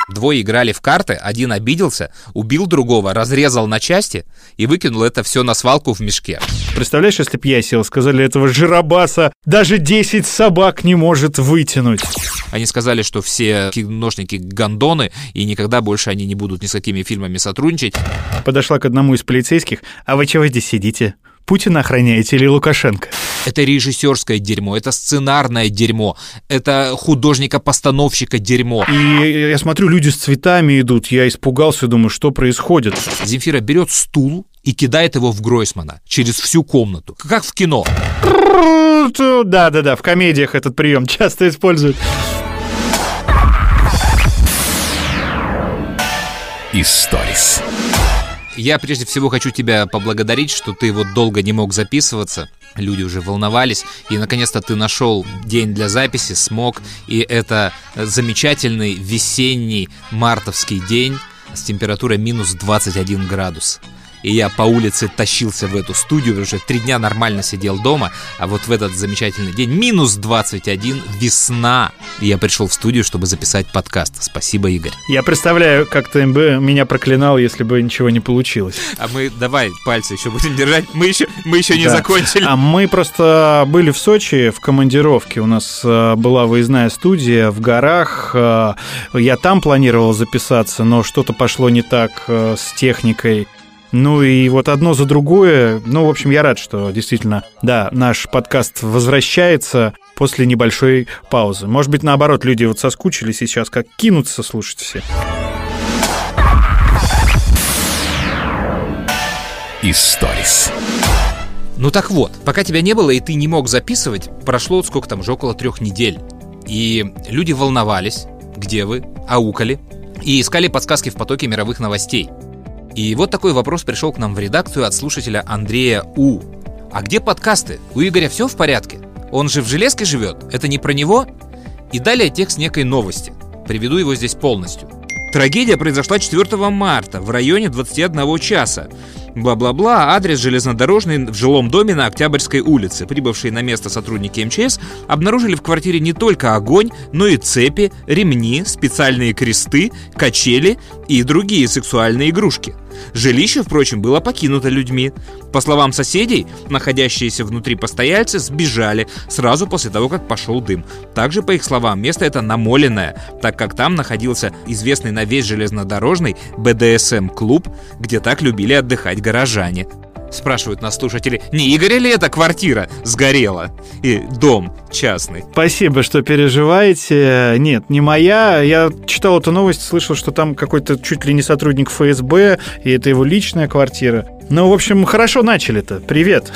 Двое играли в карты, один обиделся, убил другого, разрезал на части и выкинул это все на свалку в мешке. Представляешь, если б я сел, сказали, этого жиробаса даже 10 собак не может вытянуть. Они сказали, что все киношники гондоны, и никогда больше они не будут ни с какими фильмами сотрудничать. Подошла к одному из полицейских. А вы чего здесь сидите? Путина охраняете или Лукашенко? Это режиссерское дерьмо, это сценарное дерьмо, это художника-постановщика дерьмо. И я смотрю, люди с цветами идут, я испугался, думаю, что происходит. Земфира берет стул и кидает его в Гройсмана через всю комнату, как в кино. Да, в комедиях этот прием часто используют. Историс. Я прежде всего хочу тебя поблагодарить, что ты вот долго не мог записываться. Люди уже волновались, и наконец-то ты нашел день для записи, смог. И это замечательный весенний мартовский день с температурой минус 21 градус. И я по улице тащился в эту студию, уже 3 дня нормально сидел дома, а вот в этот замечательный день, минус 21, весна, и я пришел в студию, чтобы записать подкаст. Спасибо, Игорь. Я представляю, как ТМБ меня проклинал, если бы ничего не получилось. А мы, давай, пальцы еще будем держать, мы еще не закончили. А мы просто были в Сочи в командировке, у нас была выездная студия в горах, я там планировал записаться, но что-то пошло не так с техникой. Ну и вот одно за другое. Ну, в общем, я рад, что действительно, да, наш подкаст возвращается после небольшой паузы. Может быть, наоборот, люди вот соскучились и сейчас как кинутся слушать все. Историс. Ну так вот, пока тебя не было и ты не мог записывать, прошло сколько там, уже около 3 недель. И люди волновались, где вы, аукали, и искали подсказки в потоке мировых новостей. И вот такой вопрос пришел к нам в редакцию от слушателя Андрея У. А где подкасты? У Игоря все в порядке? Он же в Железке живет? Это не про него? И далее текст некой новости. Приведу его здесь полностью. Трагедия произошла 4 марта в районе 21 часа. Бла-бла-бла, адрес железнодорожный в жилом доме на Октябрьской улице. Прибывшие на место сотрудники МЧС обнаружили в квартире не только огонь, но и цепи, ремни, специальные кресты, качели и другие сексуальные игрушки. Жилище, впрочем, было покинуто людьми. По словам соседей, находящиеся внутри постояльцы сбежали сразу после того, как пошел дым. Также, по их словам, место это намоленное, так как там находился известный на весь железнодорожный БДСМ-клуб, где так любили отдыхать горожане. Спрашивают нас слушатели, не Игоря ли эта квартира сгорела? И дом частный. Спасибо, что переживаете. Нет, не моя. Я читал эту новость, слышал, что там какой-то чуть ли не сотрудник ФСБ, и это его личная квартира. Ну, в общем, хорошо начали-то. Привет.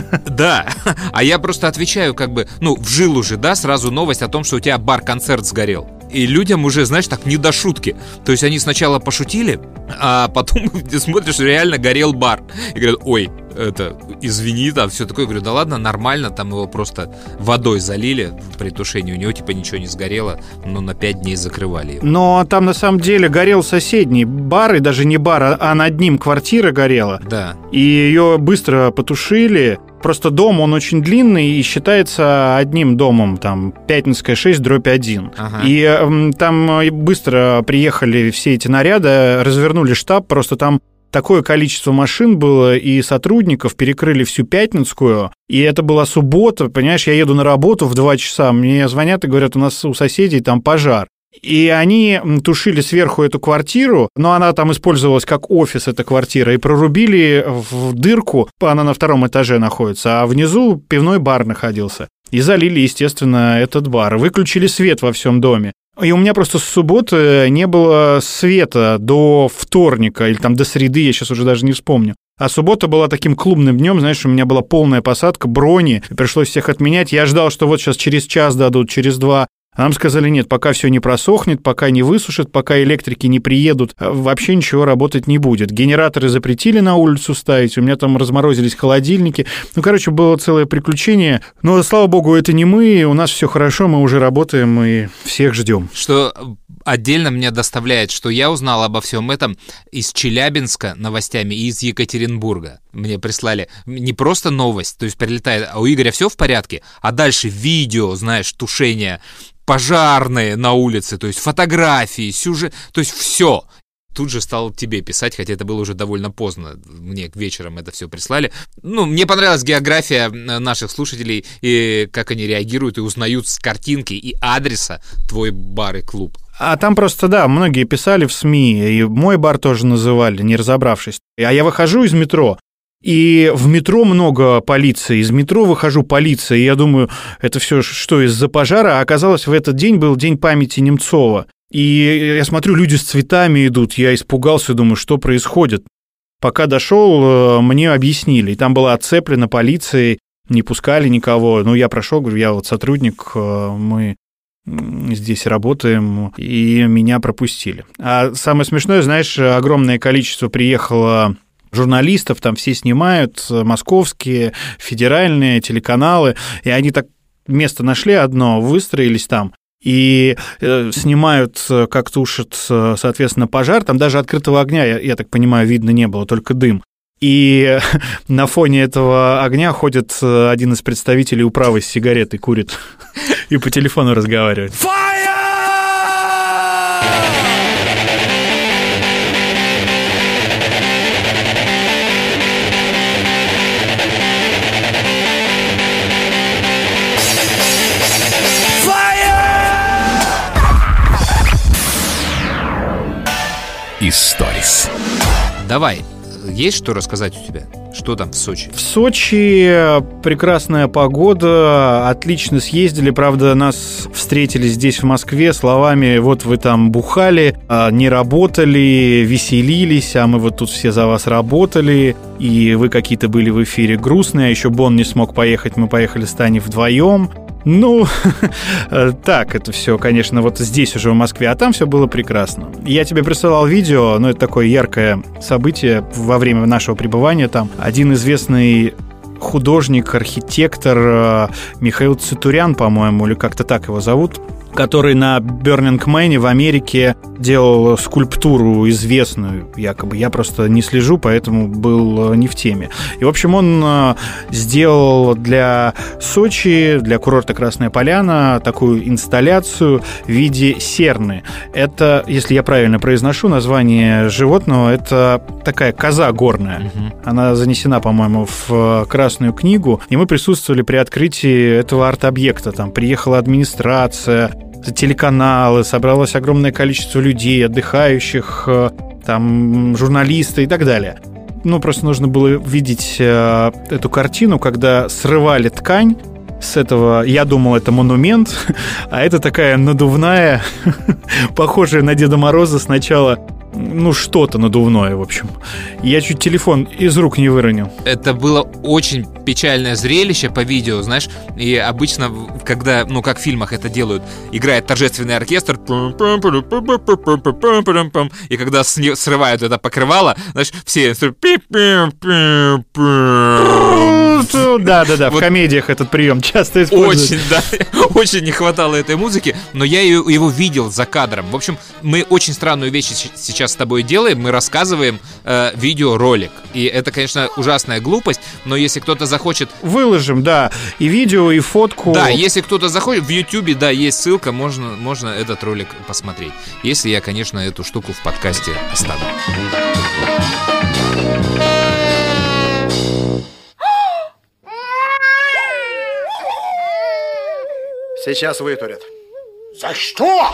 Да, а я просто отвечаю в жилу же, да, сразу новость о том, что у тебя бар-концерт сгорел. И людям уже, знаешь, так не до шутки. То есть они сначала пошутили, а потом смотришь, реально горел бар. И говорят, ой, извини, там все такое. Я говорю, да ладно, нормально, там его просто водой залили при тушении. У него ничего не сгорело, но на 5 дней закрывали его. Но там на самом деле горел соседний бар, и даже не бар, а над ним квартира горела. Да. И ее быстро потушили. Просто дом, он очень длинный и считается одним домом, там, Пятницкая 6/1. Ага. И там быстро приехали все эти наряды, развернули штаб, просто там такое количество машин было и сотрудников, перекрыли всю Пятницкую, и это была суббота, понимаешь, я еду на работу в 2 часа, мне звонят и говорят, у нас у соседей там пожар. И они тушили сверху эту квартиру, но она там использовалась как офис, эта квартира, и прорубили в дырку, она на 2-м этаже находится, а внизу пивной бар находился. И залили, естественно, этот бар. Выключили свет во всем доме. И у меня просто с субботы не было света до вторника, или там до среды, я сейчас уже даже не вспомню. А суббота была таким клубным днем, знаешь, у меня была полная посадка, брони, и пришлось всех отменять. Я ждал, что вот сейчас через час дадут, через 2. А нам сказали, нет, пока все не просохнет, пока не высушит, пока электрики не приедут, вообще ничего работать не будет. Генераторы запретили на улицу ставить, у меня там разморозились холодильники. Ну, короче, было целое приключение. Но, слава богу, это не мы, у нас все хорошо, мы уже работаем и всех ждем. Что отдельно меня доставляет, что я узнал обо всем этом из Челябинска новостями и из Екатеринбурга. Мне прислали не просто новость, то есть прилетает, а у Игоря все в порядке, а дальше видео, знаешь, тушение пожарные на улице, то есть фотографии, сюжет, то есть все. Тут же стал тебе писать, хотя это было уже довольно поздно. Мне вечером это все прислали. Мне понравилась география наших слушателей, и как они реагируют и узнают с картинки и адреса твой бар и клуб. А там просто, да, многие писали в СМИ, и мой бар тоже называли, не разобравшись. А я выхожу из метро, и в метро много полиции, из метро выхожу, полиция, и я думаю, это все что, из-за пожара? А оказалось, в этот день был День памяти Немцова. И я смотрю, люди с цветами идут, я испугался, думаю, что происходит. Пока дошел, мне объяснили, и там была отцеплена полицией, не пускали никого. Я прошел, говорю, я вот сотрудник, мы здесь работаем, и меня пропустили. А самое смешное, знаешь, огромное количество приехало журналистов, там все снимают, московские, федеральные телеканалы, и они так место нашли одно, выстроились там, и снимают, как тушат, соответственно, пожар. Там даже открытого огня, я так понимаю, видно не было, только дым. И на фоне этого огня ходит один из представителей управы с сигаретой, курит и по телефону разговаривает. Историс. Давай, есть что рассказать у тебя? Что там в Сочи? В Сочи прекрасная погода, отлично съездили, правда, нас встретили здесь, в Москве, словами: вот вы там бухали, не работали, веселились, а мы вот тут все за вас работали, и вы какие-то были в эфире грустные, а еще Бон не смог поехать, мы поехали с Таней вдвоем. Так, это все, конечно, вот здесь уже в Москве, а там все было прекрасно. Я тебе присылал видео, это такое яркое событие во время нашего пребывания там. Один известный художник, архитектор Михаил Цитурян, по-моему, или как-то так его зовут, который на Burning Man в Америке делал скульптуру известную, якобы. Я просто не слежу, поэтому был не в теме. И, в общем, он сделал для Сочи, для курорта Красная Поляна, такую инсталляцию в виде серны. Это, если я правильно произношу название животного, это такая коза горная. Она занесена, по-моему, в Красную книгу, и мы присутствовали при открытии этого арт-объекта. Там приехала администрация, телеканалы, собралось огромное количество людей, отдыхающих, там, журналисты и так далее. Просто нужно было видеть эту картину, когда срывали ткань с этого, я думал, это монумент, а это такая надувная, похожая на Деда Мороза сначала, что-то надувное, в общем. Я чуть телефон из рук не выронил. Это было очень печальное зрелище по видео, знаешь, и обычно, когда, как в фильмах это делают, играет торжественный оркестр, и когда срывают это покрывало, знаешь, все... Да, в комедиях этот прием часто используют. Очень не хватало этой музыки, но я его видел за кадром. В общем, мы очень странную вещь сейчас с тобой делаем, мы рассказываем видеоролик. И это, конечно, ужасная глупость, но если кто-то захочет... Выложим, да, и видео, и фотку. Да, если кто-то захочет, в Ютубе, да, есть ссылка, можно этот ролик посмотреть. Если я, конечно, эту штуку в подкасте оставлю. Сейчас вытурят. За что?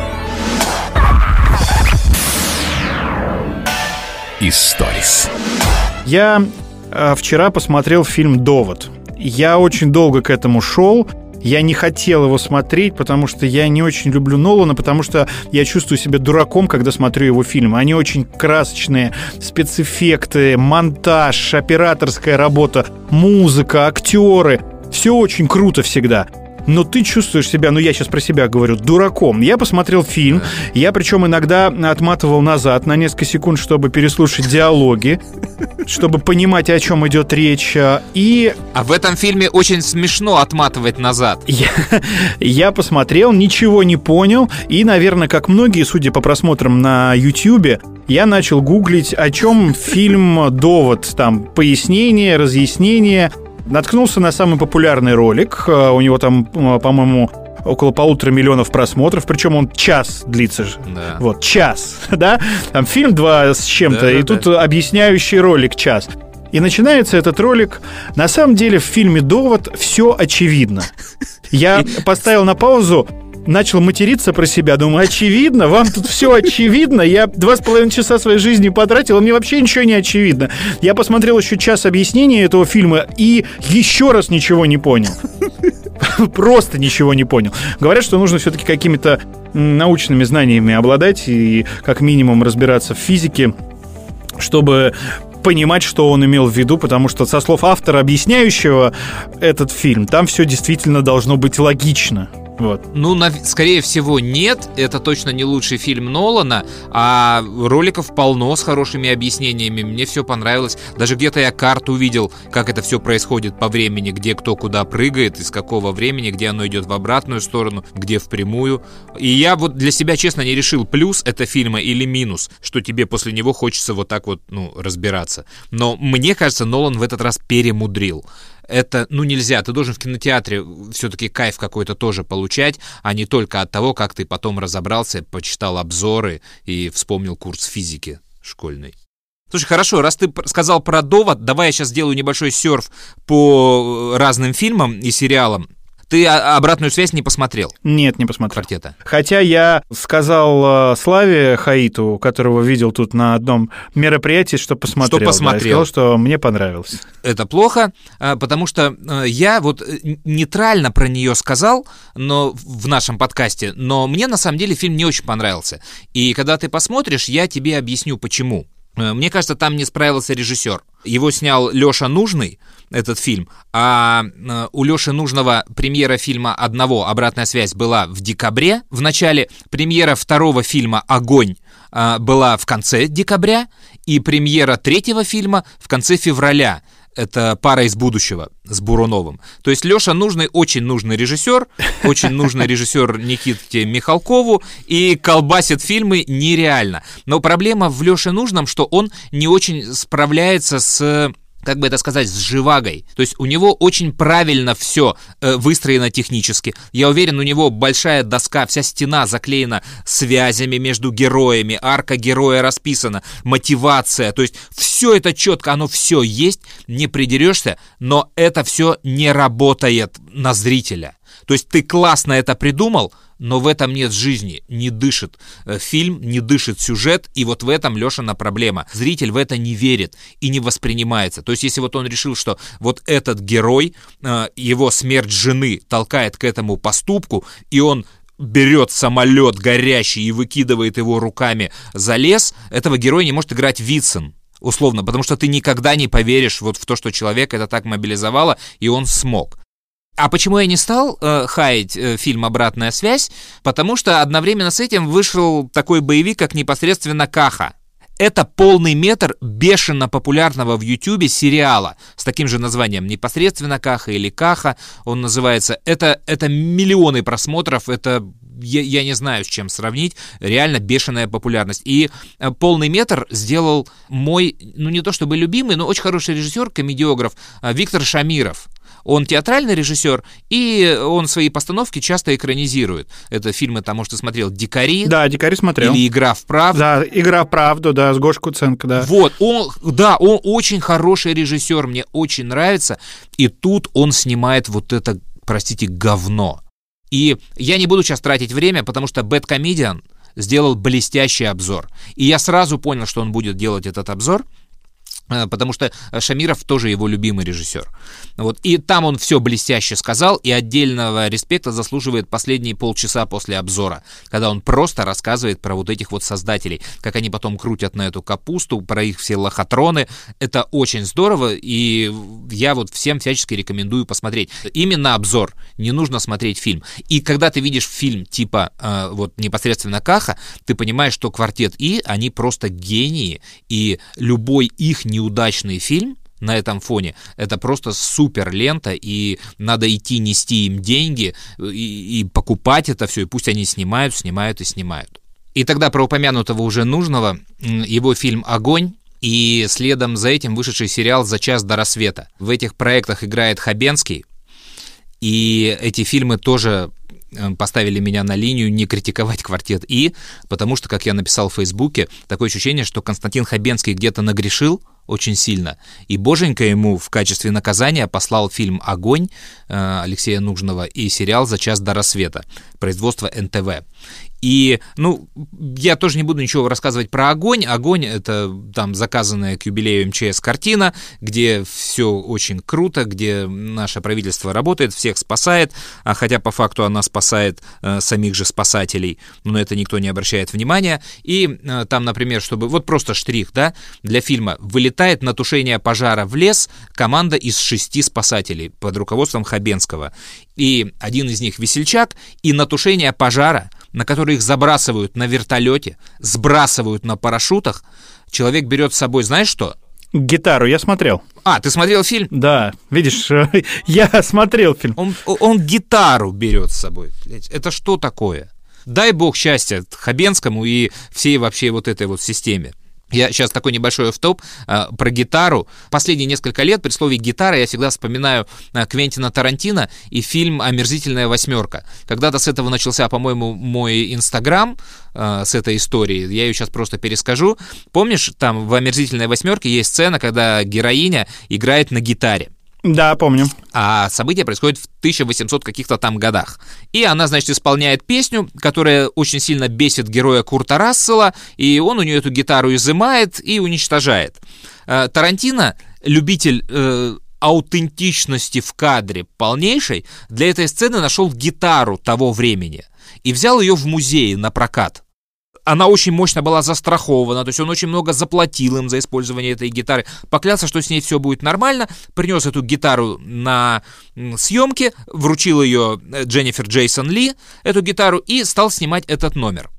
Историс. Я вчера посмотрел фильм «Довод». Я очень долго к этому шел. Я не хотел его смотреть, потому что я не очень люблю Нолана, потому что я чувствую себя дураком, когда смотрю его фильмы. Они очень красочные, спецэффекты, монтаж, операторская работа, музыка, актеры. Все очень круто всегда. Но ты чувствуешь себя, я сейчас про себя говорю, дураком. Я посмотрел фильм, я причем иногда отматывал назад на несколько секунд, чтобы переслушать диалоги, чтобы понимать, о чем идет речь. А в этом фильме очень смешно отматывать назад. Я посмотрел, ничего не понял, и, наверное, как многие, судя по просмотрам на Ютьюбе, я начал гуглить, о чем фильм «Довод». Там пояснение, разъяснение. Наткнулся на самый популярный ролик. У него там, по-моему, около 1,5 миллиона просмотров, причем он час длится же. Да. Вот, час, да? Там фильм 2 с чем-то, Да, и тут объясняющий ролик час. И начинается этот ролик. На самом деле в фильме «Довод» все очевидно. Я поставил на паузу, начал материться про себя, думаю, очевидно, вам тут все очевидно. Я 2,5 часа своей жизни потратил, а мне вообще ничего не очевидно. Я посмотрел еще час объяснения этого фильма и еще раз ничего не понял. Просто ничего не понял. Говорят, что нужно все-таки какими-то научными знаниями обладать и как минимум разбираться в физике, чтобы понимать, что он имел в виду, потому что, со слов автора, объясняющего этот фильм, там все действительно должно быть логично. Вот. Ну, скорее всего, нет. Это точно не лучший фильм Нолана, а роликов полно с хорошими объяснениями. Мне все понравилось. Даже где-то я карту увидел, как это все происходит по времени, где кто куда прыгает, из какого времени, где оно идет в обратную сторону, где впрямую. И я вот для себя, честно, не решил, плюс это фильма или минус, что тебе после него хочется вот так вот, разбираться. Но мне кажется, Нолан в этот раз перемудрил. Это, нельзя. Ты должен в кинотеатре все-таки кайф какой-то тоже получать, а не только от того, как ты потом разобрался, почитал обзоры и вспомнил курс физики школьный. Слушай, хорошо, раз ты сказал про «Довод», давай я сейчас сделаю небольшой серф по разным фильмам и сериалам. Ты «Обратную связь» не посмотрел? Нет, не посмотрел. «Квартета». Хотя я сказал Славе Хаиту, которого видел тут на одном мероприятии, что посмотрел. Что посмотрел. Да, и сказал, что мне понравилось. Это плохо, потому что я вот нейтрально про нее сказал, но в нашем подкасте, но мне на самом деле фильм не очень понравился. И когда ты посмотришь, я тебе объясню, почему. Мне кажется, там не справился режиссер. Его снял Леша Нужный, этот фильм, а у Леши Нужного премьера фильма одного «Обратная связь» была в декабре. В начале премьера второго фильма «Огонь» была в конце декабря, и премьера третьего фильма в конце февраля. Это «Пара из будущего» с Буруновым. То есть Леша Нужный очень нужный режиссер Никите Михалкову, и колбасит фильмы нереально. Но проблема в Леше Нужном, что он не очень справляется с, как бы это сказать, с живагой. То есть у него очень правильно все выстроено технически. Я уверен, у него большая доска, вся стена заклеена связями между героями, арка героя расписана, мотивация. То есть все это четко, оно все есть, не придерешься, но это все не работает на зрителя. То есть ты классно это придумал, но в этом нет жизни, не дышит фильм, не дышит сюжет, и вот в этом Лешина проблема. Зритель в это не верит и не воспринимается. То есть если вот он решил, что вот этот герой, его смерть жены толкает к этому поступку, и он берет самолет горящий и выкидывает его руками за лес, этого героя не может играть Вицин. Условно, потому что ты никогда не поверишь вот в то, что человека это так мобилизовало, и он смог. А почему я не стал хаять фильм «Обратная связь»? Потому что одновременно с этим вышел такой боевик, как непосредственно «Каха». Это полный метр бешено популярного в Ютьюбе сериала с таким же названием «Непосредственно Каха» или «Каха» он называется. Это миллионы просмотров, это я не знаю, с чем сравнить, реально бешеная популярность. И полный метр сделал мой, не то чтобы любимый, но очень хороший режиссер, комедиограф Виктор Шамиров. Он театральный режиссер, и он свои постановки часто экранизирует. Это фильмы, там, может, ты смотрел «Дикари». Да, «Дикари» смотрел. Или «Игра в правду». Да, «Игра в правду», да, с Гошей Куценко, да. Вот, он очень хороший режиссер, мне очень нравится. И тут он снимает вот это, простите, говно. И я не буду сейчас тратить время, потому что Bad сделал блестящий обзор. И я сразу понял, что он будет делать этот обзор, потому что Шамиров тоже его любимый режиссер. Вот. И там он все блестяще сказал, и отдельного респекта заслуживает последние полчаса после обзора, когда он просто рассказывает про вот этих вот создателей, как они потом крутят на эту капусту, про их все лохотроны. Это очень здорово, и я вот всем всячески рекомендую посмотреть. Именно обзор, не нужно смотреть фильм. И когда ты видишь фильм типа вот непосредственно «Каха», ты понимаешь, что «Квартет И», они просто гении, и любой их неудачный фильм на этом фоне — это просто супер лента, и надо идти нести им деньги и покупать это все, и пусть они снимают. И тогда про упомянутого уже Нужного, его фильм «Огонь», и следом за этим вышедший сериал «За час до рассвета». В этих проектах играет Хабенский, и эти фильмы тоже поставили меня на линию не критиковать «Квартет И», потому что, как я написал в Фейсбуке, такое ощущение, что Константин Хабенский где-то нагрешил очень сильно, и боженька ему в качестве наказания послал фильм «Огонь» Алексея Нужного и сериал «За час до рассвета», производство НТВ. И, я тоже не буду ничего рассказывать про «Огонь». «Огонь» — это там заказанная к юбилею МЧС картина, где все очень круто, где наше правительство работает, всех спасает, хотя по факту она спасает самих же спасателей, но это никто не обращает внимания. И там, например, чтобы... Вот просто штрих, да, для фильма. Вылетает на тушение пожара в лес команда из 6 спасателей под руководством Хабенского. И один из них весельчак, и на тушение пожара, на который их забрасывают на вертолете, сбрасывают на парашютах, человек берет с собой, знаешь что? Гитару я смотрел. Ты смотрел фильм? Да, видишь, я смотрел фильм. Он гитару берет с собой. Это что такое? Дай бог счастья Хабенскому и всей вообще вот этой вот системе. Я сейчас такой небольшой офф-топ про гитару. Последние несколько лет при слове «гитара» я всегда вспоминаю Квентина Тарантино и фильм «Омерзительная восьмерка». Когда-то с этого начался, по-моему, мой Инстаграм, с этой истории. Я ее сейчас просто перескажу. Помнишь, там в «Омерзительной восьмерке» есть сцена, когда героиня играет на гитаре. Да, помню. А события происходят в 1800 каких-то там годах. И она, значит, исполняет песню, которая очень сильно бесит героя Курта Рассела, и он у нее эту гитару изымает и уничтожает. Тарантино, любитель аутентичности в кадре полнейшей, для этой сцены нашел гитару того времени и взял ее в музей на прокат. Она очень мощно была застрахована, то есть он очень много заплатил им за использование этой гитары, поклялся, что с ней все будет нормально, принес эту гитару на съемки, вручил ее Дженнифер Джейсон Ли, эту гитару, и стал снимать этот номер.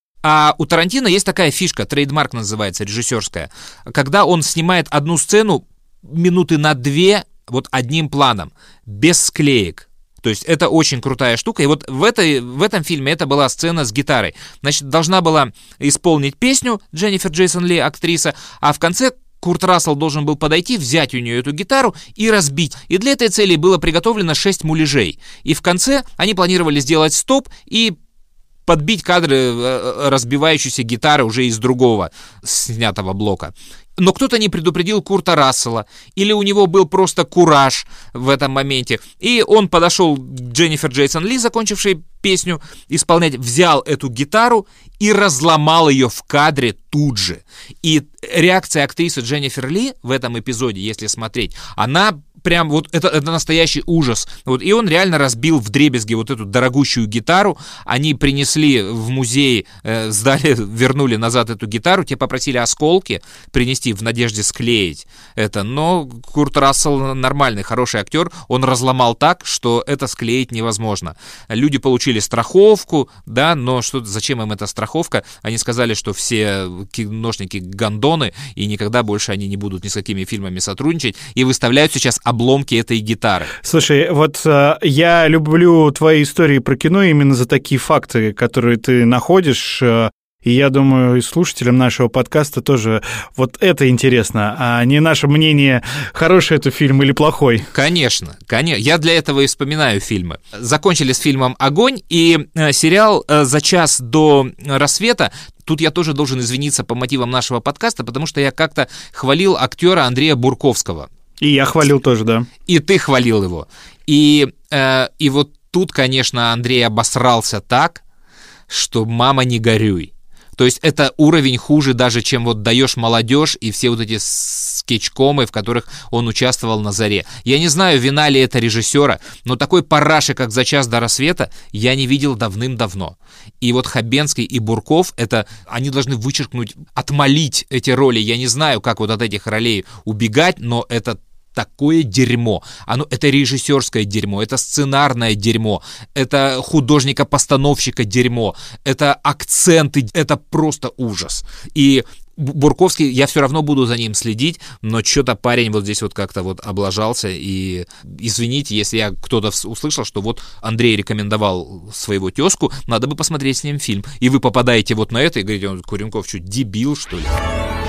А у Тарантино есть такая фишка, трейдмарк называется, режиссерская, когда он снимает одну сцену минуты на 2 вот одним планом, без склеек. То есть это очень крутая штука. И вот в этом фильме это была сцена с гитарой. Значит, должна была исполнить песню Дженнифер Джейсон Ли, актриса, а в конце Курт Рассел должен был подойти, взять у нее эту гитару и разбить. И для этой цели было приготовлено 6 муляжей. И в конце они планировали сделать стоп и подбить кадры разбивающейся гитары уже из другого снятого блока. Но кто-то не предупредил Курта Рассела, или у него был просто кураж в этом моменте. И он подошел к Дженнифер Джейсон Ли, закончившей песню исполнять, взял эту гитару и разломал ее в кадре тут же. И реакция актрисы Дженнифер Ли в этом эпизоде, если смотреть, она прям вот это настоящий ужас. Вот, и он реально разбил вдребезги вот эту дорогущую гитару. Они принесли в музей, сдали, вернули назад эту гитару, те попросили осколки принести в надежде склеить это. Но Курт Рассел нормальный, хороший актер, он разломал так, что это склеить невозможно. Люди получили страховку, да, но зачем им эта страховка? Они сказали, что все киношники гондоны, и никогда больше они не будут ни с какими фильмами сотрудничать, и выставляют сейчас обломки этой гитары. Слушай, вот я люблю твои истории про кино именно за такие факты, которые ты находишь, и я думаю, и слушателям нашего подкаста тоже вот это интересно, а не наше мнение, хороший это фильм или плохой. Конечно. Я для этого и вспоминаю фильмы. Закончили с фильмом «Огонь», и сериал «За час до рассвета». Тут я тоже должен извиниться по мотивам нашего подкаста, потому что я как-то хвалил актера Андрея Бурковского. И я хвалил тоже, да. И ты хвалил его. И вот тут, конечно, Андрей обосрался так, что мама не горюй. То есть это уровень хуже даже, чем вот «Даешь молодежь» и все вот эти скетчкомы, в которых он участвовал на заре. Я не знаю, вина ли это режиссера, но такой параши, как «За час до рассвета», я не видел давным-давно. И вот Хабенский и Бурков, они должны вычеркнуть, отмолить эти роли. Я не знаю, как вот от этих ролей убегать, но это такое дерьмо. Это режиссерское дерьмо, это сценарное дерьмо, это художника-постановщика дерьмо, это акценты, это просто ужас. И Бурковский, я все равно буду за ним следить, но что-то парень вот здесь вот как-то вот облажался, и извините, если я кто-то услышал, что вот Андрей рекомендовал своего тезку, надо бы посмотреть с ним фильм, и вы попадаете вот на это и говорите, он Куренков что, дебил, что ли?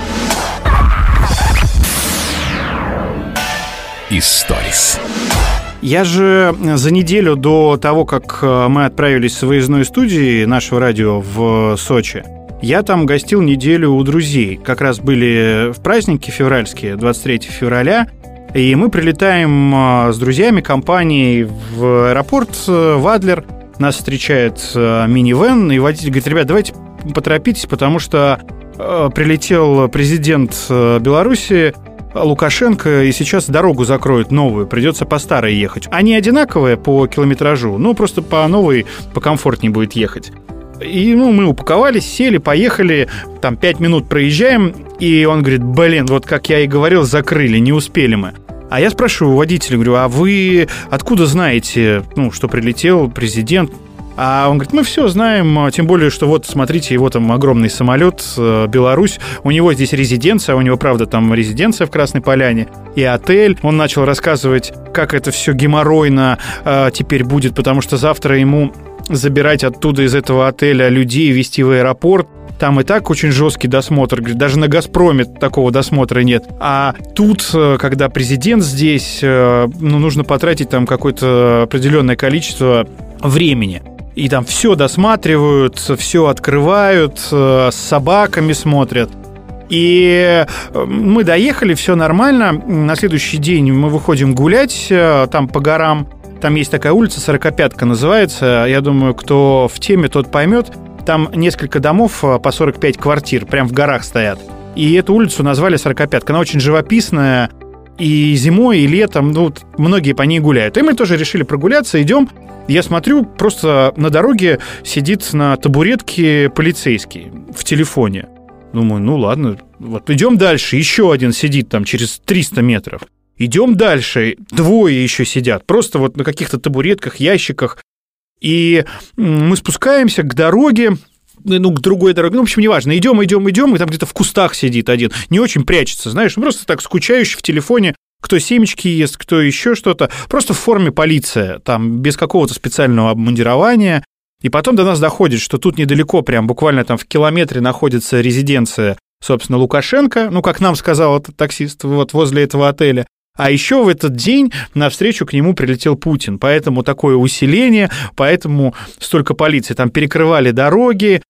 Историс. Я же за неделю до того, как мы отправились с выездной студии нашего радио в Сочи, я там гостил неделю у друзей. Как раз были в праздники февральские, 23 февраля, и мы прилетаем с друзьями, компанией в аэропорт в Адлер. Нас встречает минивэн, и водитель говорит: ребят, давайте поторопитесь, потому что прилетел президент Беларуси Лукашенко, и сейчас дорогу закроют новую, придется по старой ехать. Они одинаковые по километражу, но просто по новой покомфортнее будет ехать. И мы упаковались, сели, поехали, там 5 минут проезжаем, и он говорит: блин, вот как я и говорил, закрыли, не успели мы. А я спрашиваю у водителя, говорю: а вы откуда знаете, что прилетел президент? А он говорит: мы все знаем, тем более, что вот, смотрите, его там огромный самолет, Беларусь, у него здесь резиденция, у него, правда, там резиденция в Красной Поляне и отель. Он начал рассказывать, как это все геморройно теперь будет, потому что завтра ему забирать оттуда из этого отеля людей, везти в аэропорт. Там и так очень жесткий досмотр. Говорит, даже на «Газпроме» такого досмотра нет. А тут, когда президент здесь, нужно потратить там какое-то определенное количество времени. И там все досматривают, все открывают, с собаками смотрят. И мы доехали, все нормально. На следующий день мы выходим гулять там по горам. Там есть такая улица, 45-ка называется. Я думаю, кто в теме, тот поймет. Там несколько домов по 45 квартир, прям в горах стоят. И эту улицу назвали 45-ка. Она очень живописная. И зимой, и летом, многие по ней гуляют. И мы тоже решили прогуляться, идем. Я смотрю, просто на дороге сидит на табуретке полицейский в телефоне. Думаю, ладно, вот идем дальше. Еще один сидит там через 300 метров. Идем дальше. 2 еще сидят. Просто вот на каких-то табуретках, ящиках. И мы спускаемся к дороге, к другой дороге. В общем, неважно. Идем, и там где-то в кустах сидит один. Не очень прячется, знаешь, просто так скучающий в телефоне. Кто семечки ест, кто еще что-то. Просто в форме полиция, там, без какого-то специального обмундирования. И потом до нас доходит, что тут недалеко, прям буквально там в километре находится резиденция, собственно, Лукашенко, как нам сказал этот таксист, вот возле этого отеля. А еще в этот день навстречу к нему прилетел Путин. Поэтому такое усиление, поэтому столько полиции. Там перекрывали дороги.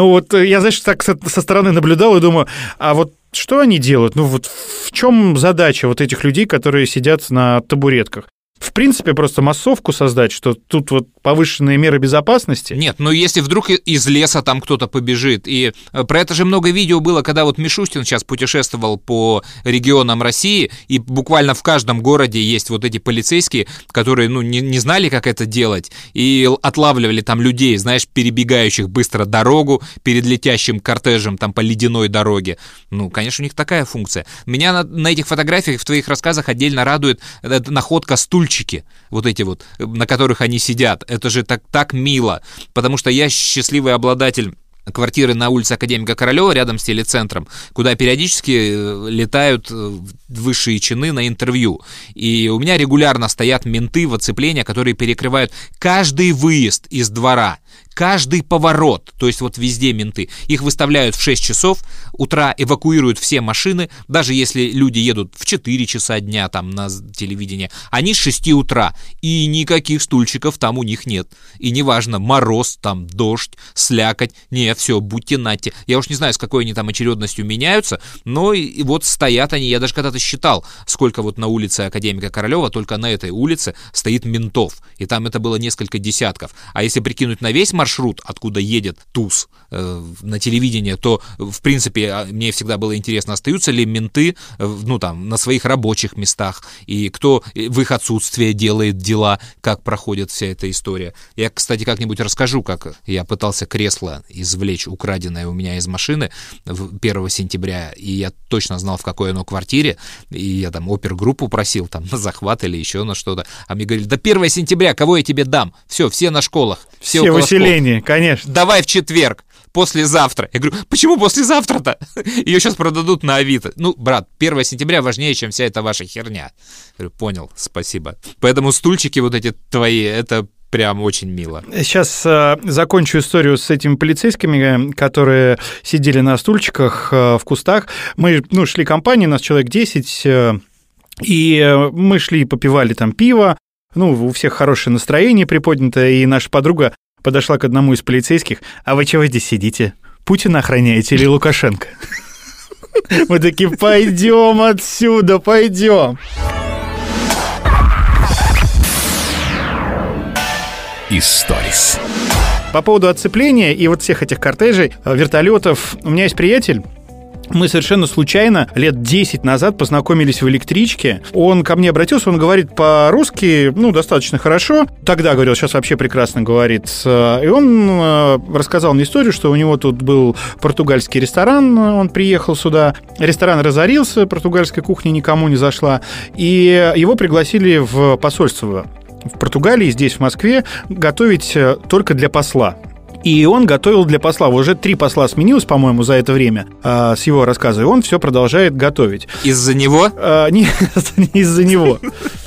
Я, знаешь, так со стороны наблюдал и думаю, а вот что они делают? В чем задача вот этих людей, которые сидят на табуретках? В принципе, просто массовку создать, что тут вот повышенные меры безопасности. Нет, если вдруг из леса там кто-то побежит, и про это же много видео было, когда вот Мишустин сейчас путешествовал по регионам России, и буквально в каждом городе есть вот эти полицейские, которые, не знали, как это делать, и отлавливали там людей, знаешь, перебегающих быстро дорогу перед летящим кортежем там по ледяной дороге. Конечно, у них такая функция. Меня на этих фотографиях в твоих рассказах отдельно радует находка стульчики, вот эти вот, на которых они сидят. Это же так мило, потому что я счастливый обладатель квартиры на улице Академика Королева, рядом с телецентром, куда периодически летают высшие чины на интервью. И у меня регулярно стоят менты в оцепление, которые перекрывают каждый выезд из двора, каждый поворот, то есть вот везде менты. Их выставляют в 6 часов утра, эвакуируют все машины, даже если люди едут в 4 часа дня там на телевидение, они с 6 утра, и никаких стульчиков там у них нет. И неважно, мороз, там дождь, слякоть, все, будьте нате. Я уж не знаю, с какой они там очередностью меняются, но и вот стоят они, я даже когда-то считал, сколько вот на улице Академика Королева, только на этой улице стоит ментов, и там это было несколько десятков. А если прикинуть на весь маршрут, откуда едет ТУЗ на телевидение, то, в принципе, мне всегда было интересно, остаются ли менты, на своих рабочих местах, и кто в их отсутствие делает дела, как проходит вся эта история. Я, кстати, как-нибудь расскажу, как я пытался кресло извлечь, украденное у меня из машины 1 сентября, и я точно знал, в какой оно квартире, и я там опергруппу просил там на захват или еще на что-то, а мне говорили: да 1 сентября, кого я тебе дам? Все на школах. Все в усилении, конечно. Давай в четверг, послезавтра. Я говорю: почему послезавтра-то? Ее сейчас продадут на Авито. Брат, 1 сентября важнее, чем вся эта ваша херня. Я говорю: понял, спасибо. Поэтому стульчики вот эти твои, это прям очень мило. Сейчас закончу историю с этими полицейскими, которые сидели на стульчиках в кустах. Мы шли компанией, нас человек 10, и мы шли, попивали там пиво, у всех хорошее настроение приподнято, и наша подруга подошла к одному из полицейских. А вы чего здесь сидите? Путина охраняете или Лукашенко? Мы такие, пойдем отсюда, пойдем. Историс. По поводу отцепления и вот всех этих кортежей, вертолетов, у меня есть приятель. Мы совершенно случайно лет 10 назад познакомились в электричке. Он ко мне обратился, он говорит по-русски, достаточно хорошо. Тогда говорил, сейчас вообще прекрасно говорит. И он рассказал мне историю, что у него тут был португальский ресторан, он приехал сюда. Ресторан разорился, португальская кухня никому не зашла. И его пригласили в посольство в Португалии, здесь, в Москве, готовить только для посла. И он готовил для посла. Уже 3 посла сменилось, по-моему, за это время с его рассказа. И он все продолжает готовить. Из-за него? Нет, не из-за него.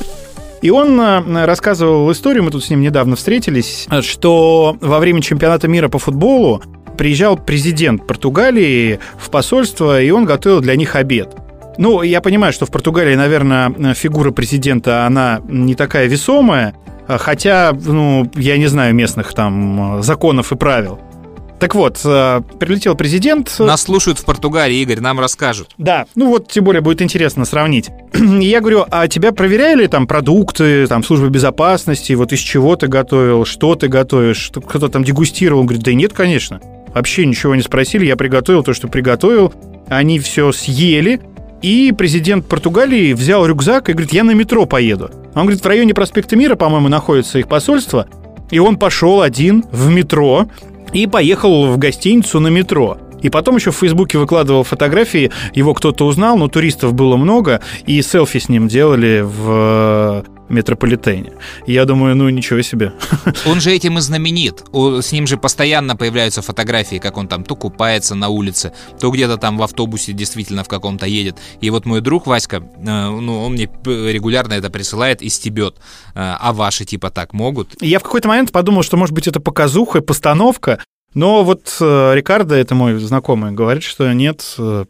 И он рассказывал историю, мы тут с ним недавно встретились, что во время чемпионата мира по футболу приезжал президент Португалии в посольство, и он готовил для них обед. Я понимаю, что в Португалии, наверное, фигура президента, она не такая весомая, хотя, я не знаю местных там законов и правил. Так вот, прилетел президент. Нас слушают в Португалии, Игорь, нам расскажут. Да, тем более будет интересно сравнить. И я говорю, а тебя проверяли там продукты, там службы безопасности, из чего ты готовил, что ты готовишь, кто-то там дегустировал? Он говорит, да нет, конечно. Вообще ничего не спросили, я приготовил то, что приготовил. Они все съели. И президент Португалии взял рюкзак и говорит, я на метро поеду. Он говорит, в районе проспекта Мира, по-моему, находится их посольство. И он пошел один в метро и поехал в гостиницу на метро. И потом еще в Фейсбуке выкладывал фотографии, его кто-то узнал, туристов было много, и селфи с ним делали в метрополитене. И я думаю, ничего себе. Он же этим и знаменит. С ним же постоянно появляются фотографии, как он там то купается на улице, то где-то там в автобусе действительно в каком-то едет. И вот мой друг Васька, он мне регулярно это присылает и стебет. А ваши типа так могут? Я в какой-то момент подумал, что, может быть, это показуха, постановка. Но Рикардо, это мой знакомый, говорит, что нет,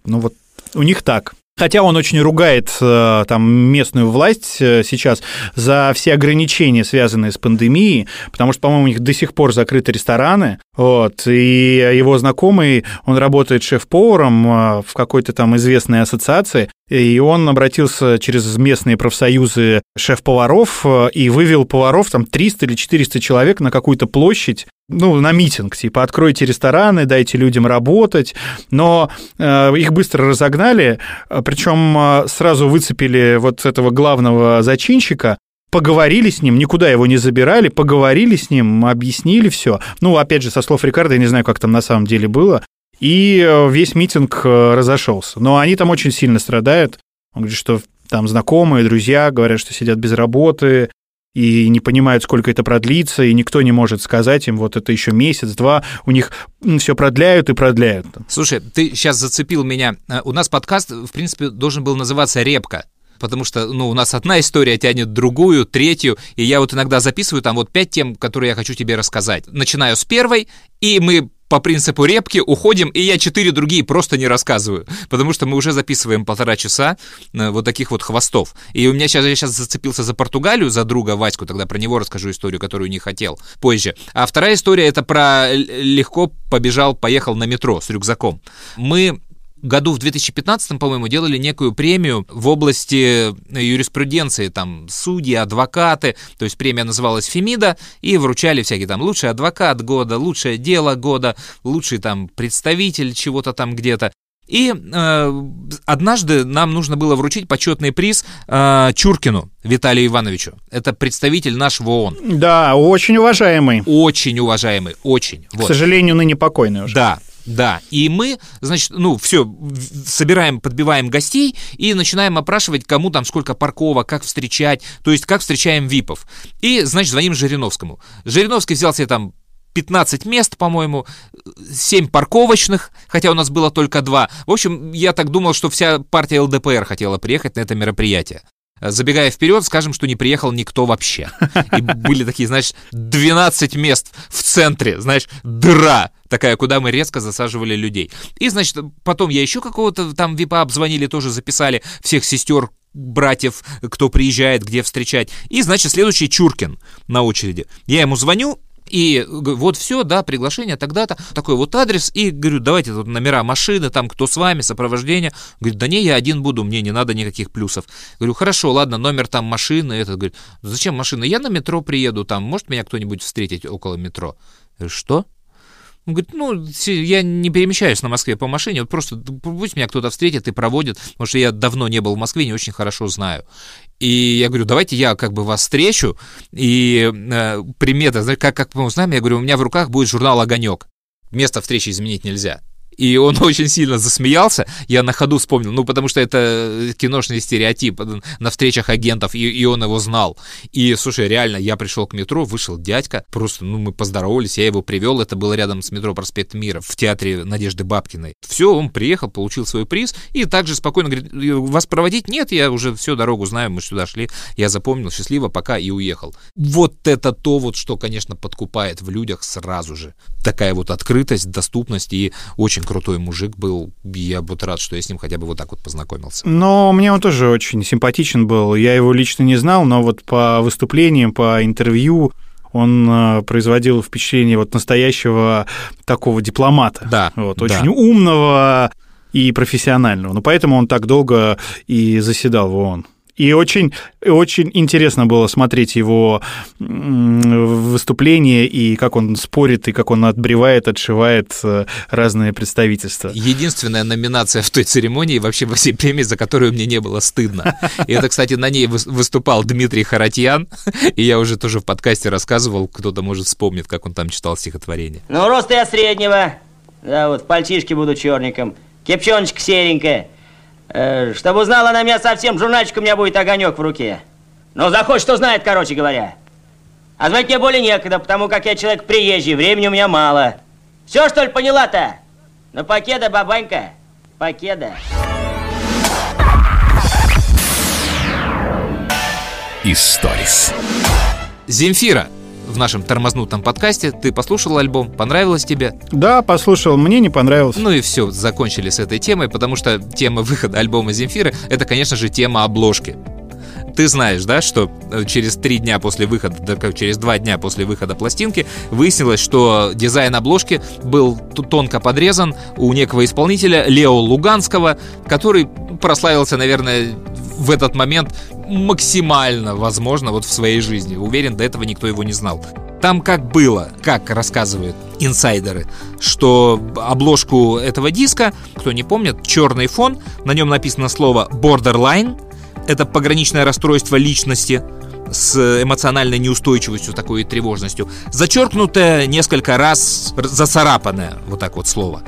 у них так. Хотя он очень ругает там местную власть сейчас за все ограничения, связанные с пандемией, потому что, по-моему, у них до сих пор закрыты рестораны, и его знакомый, он работает шеф-поваром в какой-то там известной ассоциации, и он обратился через местные профсоюзы шеф-поваров и вывел поваров, там 300 или 400 человек на какую-то площадь, на митинг, типа, откройте рестораны, дайте людям работать, но их быстро разогнали, причем сразу выцепили этого главного зачинщика, поговорили с ним, никуда его не забирали, поговорили с ним, объяснили все. Опять же, со слов Рикардо, я не знаю, как там на самом деле было, и весь митинг разошелся. Но они там очень сильно страдают. Он говорит, что там знакомые, друзья говорят, что сидят без работы, и не понимают, сколько это продлится, и никто не может сказать им, это еще месяц-два, у них все продляют и продляют. Слушай, ты сейчас зацепил меня. У нас подкаст, в принципе, должен был называться «Репка», потому что, у нас одна история тянет другую, третью, и я иногда записываю там 5 тем, которые я хочу тебе рассказать. Начинаю с первой, и мы по принципу репки уходим, и я 4 другие просто не рассказываю, потому что мы уже записываем 1,5 часа таких хвостов. И я сейчас зацепился за Португалию, за друга Ваську, тогда про него расскажу историю, которую не хотел, позже. А вторая история — это про легко поехал на метро с рюкзаком. Мы году в 2015, по-моему, делали некую премию в области юриспруденции, там судьи, адвокаты, то есть премия называлась «Фемида», и вручали всякие там лучший адвокат года, лучшее дело года, лучший там представитель чего-то там где-то. И однажды нам нужно было вручить почетный приз Чуркину Виталию Ивановичу. Это представитель нашего ООН. Да, очень уважаемый. Очень уважаемый, очень. К сожалению, ныне покойный уже. Да, и мы, значит, все, собираем, подбиваем гостей и начинаем опрашивать, кому там сколько парковок, как встречать, то есть как встречаем ВИПов. И, значит, звоним Жириновскому. Жириновский взял себе там 15 мест, по-моему, 7 парковочных, хотя у нас было только 2. В общем, я так думал, что вся партия ЛДПР хотела приехать на это мероприятие. Забегая вперед, скажем, что не приехал никто вообще. И были такие, знаешь, 12 мест в центре, знаешь, дыра такая, куда мы резко засаживали людей. И, значит, потом я еще какого-то там випа обзвонили, тоже записали всех сестер, братьев, кто приезжает, где встречать. И, значит, следующий Чуркин на очереди. Я ему звоню, и вот все, да, приглашение тогда-то, такой вот адрес, и говорю, давайте тут номера машины, там кто с вами, сопровождение. Говорит, да не, я один буду, мне не надо никаких плюсов. Говорю, хорошо, ладно, номер там машины, этот, говорит, зачем машина, я на метро приеду, там, может меня кто-нибудь встретить около метро? Я говорю, что? Он говорит, ну, я не перемещаюсь на Москве по машине, вот просто пусть меня кто-то встретит и проводит, потому что я давно не был в Москве, не очень хорошо знаю. И я говорю, давайте я как бы вас встречу, и примета, знаете, как мы узнаем, я говорю, у меня в руках будет журнал «Огонек». Место встречи изменить нельзя. И он очень сильно засмеялся, я на ходу вспомнил, ну, потому что это киношный стереотип на встречах агентов, и он его знал. И, слушай, реально, я пришел к метро, вышел дядька, просто, ну, мы поздоровались, я его привел, это было рядом с метро Проспект Мира, в театре Надежды Бабкиной. Все, он приехал, получил свой приз, и также спокойно говорит, вас проводить? Нет, я уже всю дорогу знаю, мы сюда шли, я запомнил, счастливо, пока, и уехал. Вот это то, вот, что, конечно, подкупает в людях сразу же. Такая вот открытость, доступность, и очень крутой мужик был, я вот рад, что я с ним хотя бы вот так вот познакомился. Но мне он тоже очень симпатичен был, я его лично не знал, но вот по выступлениям, по интервью он производил впечатление вот настоящего такого дипломата, да, вот, да. Очень умного и профессионального, но поэтому он так долго и заседал в ООН. И очень, очень интересно было смотреть его выступления, и как он спорит, и как он отбревает, отшивает разные представительства. Единственная номинация в той церемонии вообще во всей премии, за которую мне не было стыдно. И это, кстати, на ней выступал Дмитрий Харатьян, и я уже тоже в подкасте рассказывал, кто-то, может, вспомнит, как он там читал стихотворение. Ну, рост я среднего, да, вот в пальтишке буду черненьком, кепчоночка серенькая. Чтобы узнала она меня совсем, журнальчик у меня будет «Огонек» в руке. Ну, захочет, что знает, короче говоря. А звать мне более некогда, потому как я человек приезжий, времени у меня мало. Все, что ли, поняла-то? Ну, покеда, бабанька, покеда. Историс. Земфира. В нашем тормознутом подкасте. Ты послушал альбом? Понравилось тебе? Да, послушал, мне не понравилось. Ну и все, закончили с этой темой, потому что тема выхода альбома Земфиры — это, конечно же, тема обложки. Ты знаешь, да, что через 3 дня после выхода, через 2 дня после выхода пластинки выяснилось, что дизайн обложки был тонко подрезан у некого исполнителя Лео Луганского, который прославился, наверное, в этот момент максимально, возможно, вот в своей жизни. Уверен, до этого никто его не знал. Там как было, как рассказывают инсайдеры, что обложку этого диска, кто не помнит, черный фон, на нем написано слово «borderline», это пограничное расстройство личности с эмоциональной неустойчивостью, такой тревожностью, зачеркнутое несколько раз, зацарапанное, вот так вот слово.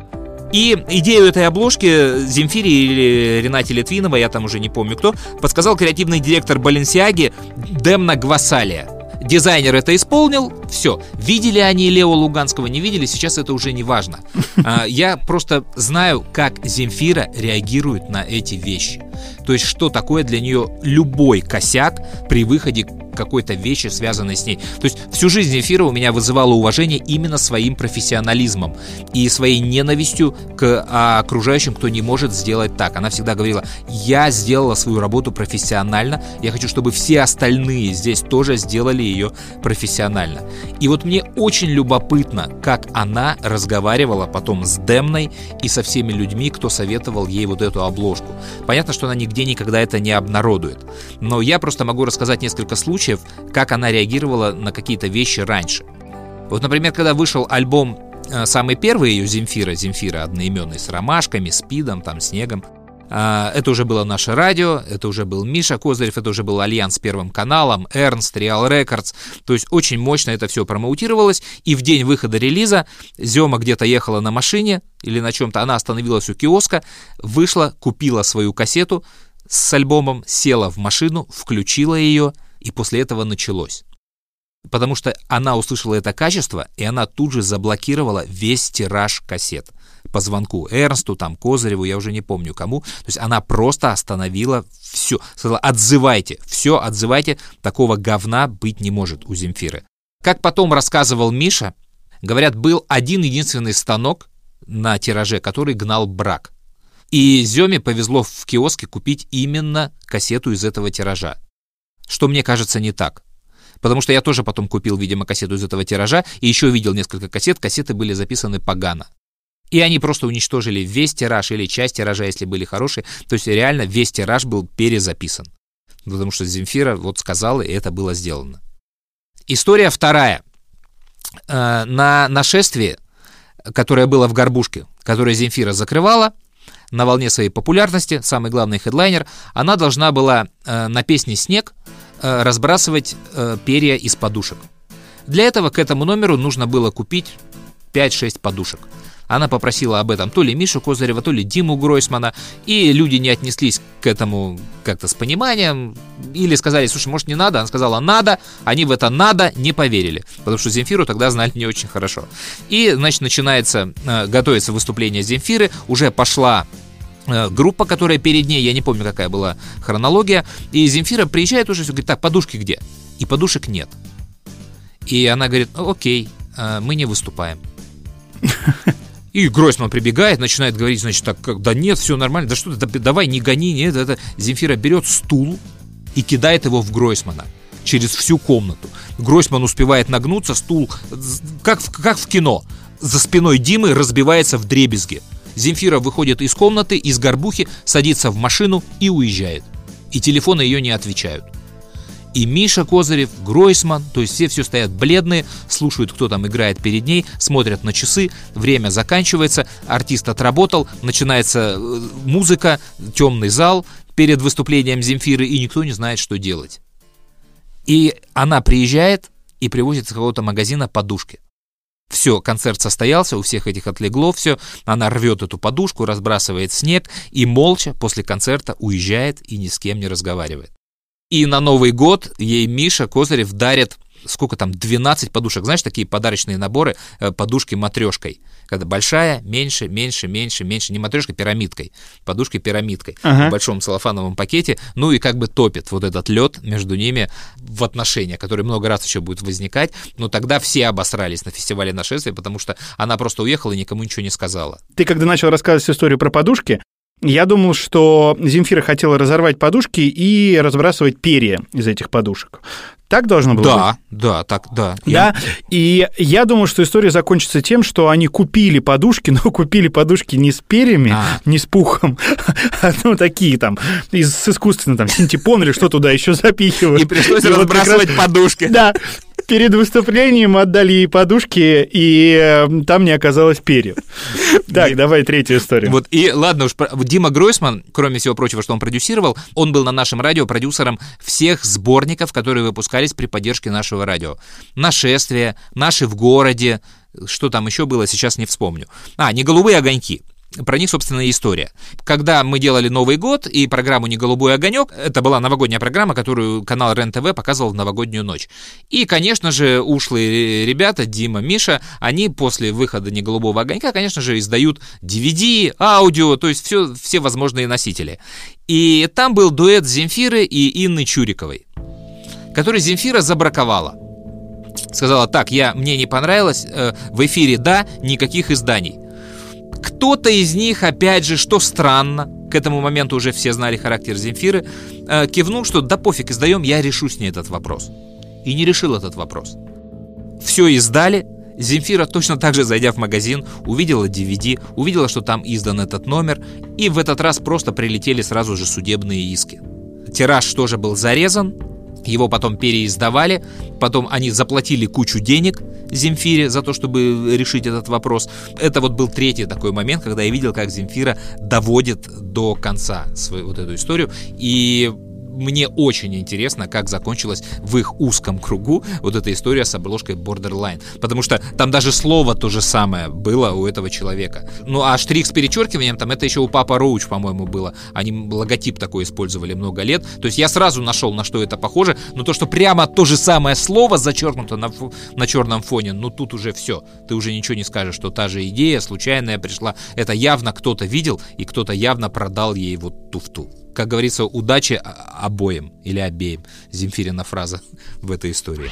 И идею этой обложки Земфире или Ренате Литвиновой, я там уже не помню кто, подсказал креативный директор Баленсиаги Демна Гвасалия. Дизайнер это исполнил, все. Видели они Лео Луганского, не видели, сейчас это уже не важно. Я просто знаю, как Земфира реагирует на эти вещи. То есть, что такое для нее любой косяк при выходе какой-то вещи, связанной с ней. То есть, всю жизнь Земфира у меня вызывала уважение именно своим профессионализмом и своей ненавистью к окружающим, кто не может сделать так. Она всегда говорила, я сделала свою работу профессионально, я хочу, чтобы все остальные здесь тоже сделали ее профессионально. И вот мне очень любопытно, как она разговаривала потом с Демной и со всеми людьми, кто советовал ей вот эту обложку. Понятно, что она нигде никогда это не обнародует. Но я просто могу рассказать несколько случаев, как она реагировала на какие-то вещи раньше. Вот, например, когда вышел альбом, самый первый ее Земфира одноименный, с ромашками, спидом, там, снегом, это уже было наше радио, это уже был Миша Козырев, это уже был альянс с Первым каналом, Эрнст, Реал Рекордс. То есть очень мощно это все промоутировалось. И в день выхода релиза Зема где-то ехала на машине или на чем-то, она остановилась у киоска, вышла, купила свою кассету с альбомом, села в машину, включила ее, и после этого началось. Потому что она услышала это качество, и она тут же заблокировала весь тираж кассет. По звонку Эрнсту, там, Козыреву, я уже не помню кому. То есть она просто остановила все. Сказала, отзывайте, все отзывайте, такого говна быть не может у Земфиры. Как потом рассказывал Миша, говорят, был один единственный станок на тираже, который гнал брак. И Зёме повезло в киоске купить именно кассету из этого тиража. Что мне кажется не так. Потому что я тоже потом купил, видимо, кассету из этого тиража, и еще видел несколько кассет. Кассеты были записаны погано. И они просто уничтожили весь тираж или часть тиража, если были хорошие. То есть реально весь тираж был перезаписан. Потому что Земфира вот сказала, и это было сделано. История вторая. На нашествии, которое было в Горбушке, которое Земфира закрывала, на волне своей популярности, самый главный хедлайнер, она должна была на песне «Снег» разбрасывать перья из подушек. Для этого к этому номеру нужно было купить 5-6 подушек. Она попросила об этом то ли Мишу Козырева, то ли Диму Гройсмана, и люди не отнеслись к этому как-то с пониманием, или сказали, слушай, может, не надо? Она сказала, надо, они в это надо не поверили, потому что Земфиру тогда знали не очень хорошо. И, значит, готовится выступление Земфиры, уже пошла группа, которая перед ней, я не помню, какая была хронология, и Земфира приезжает уже, говорит, так, подушки где? И подушек нет. И она говорит, окей, мы не выступаем. И Гройсман прибегает, начинает говорить, значит, так, да нет, все нормально, да что ты, давай, не гони, нет, это. Земфира берет стул и кидает его в Гройсмана через всю комнату. Гройсман успевает нагнуться, стул, как в кино, за спиной Димы разбивается вдребезги. Земфира выходит из комнаты, из горбухи, садится в машину и уезжает. И телефоны ее не отвечают. И Миша Козырев, Гройсман, то есть все стоят бледные, слушают, кто там играет перед ней, смотрят на часы, время заканчивается, артист отработал, начинается музыка, темный зал перед выступлением Земфиры, и никто не знает, что делать. И она приезжает и привозит из какого-то магазина подушки. Все, концерт состоялся, у всех этих отлегло все, она рвет эту подушку, разбрасывает снег и молча после концерта уезжает и ни с кем не разговаривает. И на Новый год ей Миша Козырев дарит, 12 подушек. Знаешь, такие подарочные наборы, подушки матрешкой. Когда большая, меньше, не матрешкой, пирамидкой. Подушкой пирамидкой. В большом целлофановом пакете. Ну и как бы топит вот этот лед между ними в отношениях, который много раз еще будет возникать. Но тогда все обосрались на фестивале нашествия, потому что она просто уехала и никому ничего не сказала. Ты когда начал рассказывать историю про подушки, я думал, что Земфира хотела разорвать подушки и разбрасывать перья из этих подушек. Так должно было быть? Да, так, да. И я думал, что история закончится тем, что они купили подушки, но купили подушки не с перьями, не с пухом, а такие там, с искусственным там синтепон или что туда еще запихивают. И пришлось разбрасывать подушки. Да. Перед выступлением отдали ей подушки, и там не оказалось перьев. Так, давай третью историю. Вот, и ладно уж, Дима Гройсман, кроме всего прочего, что он продюсировал, он был на нашем радио продюсером всех сборников, которые выпускались при поддержке нашего радио. «Нашествие», «Наши в городе», что там еще было, сейчас не вспомню. «Не голубые огоньки». Про них, собственно, и история. Когда мы делали Новый год и программу «Не голубой огонек», это была новогодняя программа, которую канал РЕН-ТВ показывал в новогоднюю ночь. И, конечно же, ушлые ребята, Дима, Миша, они после выхода «Не голубого огонька», конечно же, издают DVD, аудио, то есть все возможные носители. И там был дуэт Земфиры и Инны Чуриковой, который Земфира забраковала. Сказала, так, мне не понравилось, в эфире да, никаких изданий. Кто-то из них, опять же, что странно, к этому моменту уже все знали характер Земфиры, кивнул, что да пофиг, издаем, я решу с ней этот вопрос. И не решил этот вопрос. Все издали, Земфира точно так же, зайдя в магазин, увидела DVD, увидела, что там издан этот номер, и в этот раз просто прилетели сразу же судебные иски. Тираж тоже был зарезан, его потом переиздавали, потом они заплатили кучу денег Земфире за то, чтобы решить этот вопрос. Это вот был третий такой момент, когда я видел, как Земфира доводит до конца свою вот эту историю, и мне очень интересно, как закончилась в их узком кругу вот эта история с обложкой Borderline, потому что там даже слово то же самое было у этого человека. Ну а штрих с перечеркиванием, там это еще у Папа Роуч, по-моему, было. Они логотип такой использовали много лет. То есть я сразу нашел, на что это похоже, но то, что прямо то же самое слово зачеркнуто на черном фоне, ну тут уже все. Ты уже ничего не скажешь, что та же идея случайная пришла. Это явно кто-то видел, и кто-то явно продал ей вот туфту. Как говорится, удачи обоим или обеим. Земфирина фраза в этой истории.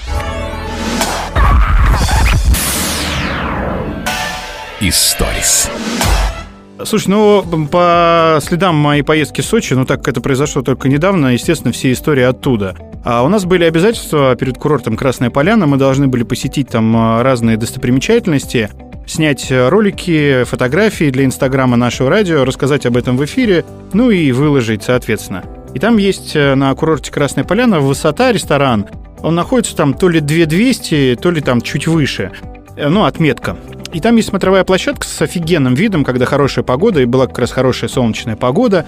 Историс. Слушай, ну, по следам моей поездки в Сочи, ну, так как это произошло только недавно, естественно, все истории оттуда. А у нас были обязательства перед курортом Красная Поляна, мы должны были посетить там разные достопримечательности, снять ролики, фотографии для Инстаграма нашего радио, рассказать об этом в эфире, ну и выложить, соответственно. И там есть на курорте Красная Поляна «Высота» ресторан. Он находится там то ли 2200, то ли там чуть выше. Ну, отметка. И там есть смотровая площадка с офигенным видом, когда хорошая погода, и была как раз хорошая солнечная погода.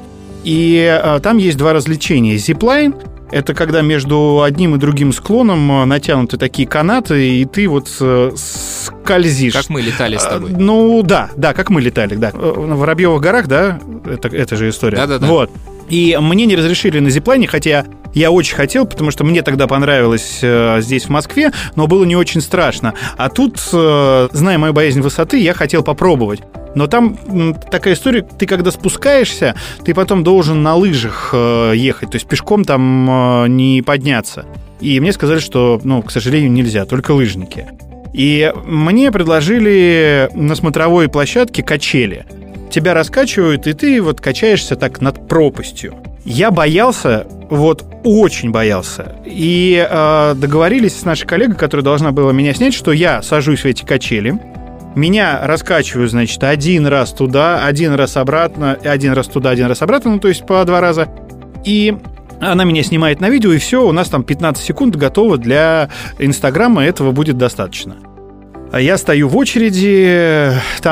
И там есть два развлечения. Зиплайн — это когда между одним и другим склоном натянуты такие канаты, и ты вот скользишь. Как мы летали с тобой. Ну, да, как мы летали, да. На Воробьевых горах, да, это же история. Да. Вот. И мне не разрешили на зиплайне, хотя я очень хотел, потому что мне тогда понравилось здесь, в Москве, но было не очень страшно. А тут, зная мою боязнь высоты, я хотел попробовать. Но там такая история, ты когда спускаешься, ты потом должен на лыжах ехать, то есть пешком там не подняться. И мне сказали, что, ну, к сожалению, нельзя, только лыжники. И мне предложили на смотровой площадке качели. Тебя раскачивают, и ты вот качаешься так над пропастью. Я боялся, вот очень боялся. И договорились с нашей коллегой, которая должна была меня снять, что я сажусь в эти качели, меня раскачивают, значит, один раз туда, один раз обратно, один раз туда, один раз обратно, ну, то есть по 2 раза. И она меня снимает на видео, и все, у нас там 15 секунд готово для Инстаграма, этого будет достаточно. Я стою в очереди,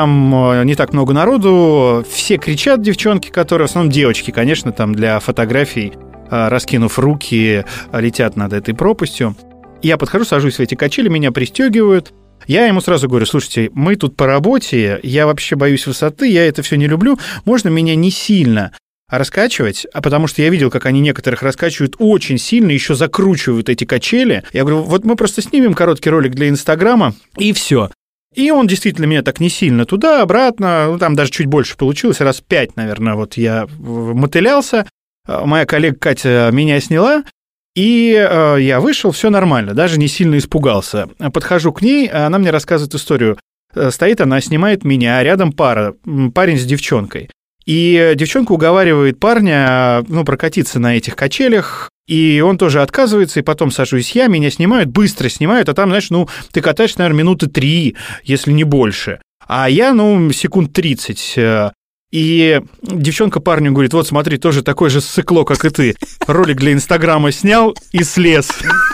там не так много народу, все кричат, девчонки, которые, в основном девочки, конечно, там для фотографий, раскинув руки, летят над этой пропастью. Я подхожу, сажусь в эти качели, меня пристегивают. Я ему сразу говорю: слушайте, мы тут по работе, я вообще боюсь высоты, я это все не люблю, можно меня не сильно раскачивать, потому что я видел, как они некоторых раскачивают очень сильно, еще закручивают эти качели. Я говорю, вот мы просто снимем короткий ролик для Инстаграма, и все. И он действительно меня так не сильно туда, обратно, ну, там даже чуть больше получилось, раз 5, наверное, вот я мотылялся. Моя коллега Катя меня сняла, и я вышел, все нормально, даже не сильно испугался. Подхожу к ней, она мне рассказывает историю. Стоит она, снимает меня, а рядом пара, парень с девчонкой. И девчонка уговаривает парня, ну, прокатиться на этих качелях, и он тоже отказывается, и потом сажусь я, меня снимают, быстро снимают, а там, знаешь, ну, ты катаешься, наверное, минуты 3, если не больше. А я, ну, секунд 30. И девчонка парню говорит: вот смотри, тоже такое же ссыкло, как и ты. Ролик для Инстаграма снял и слез.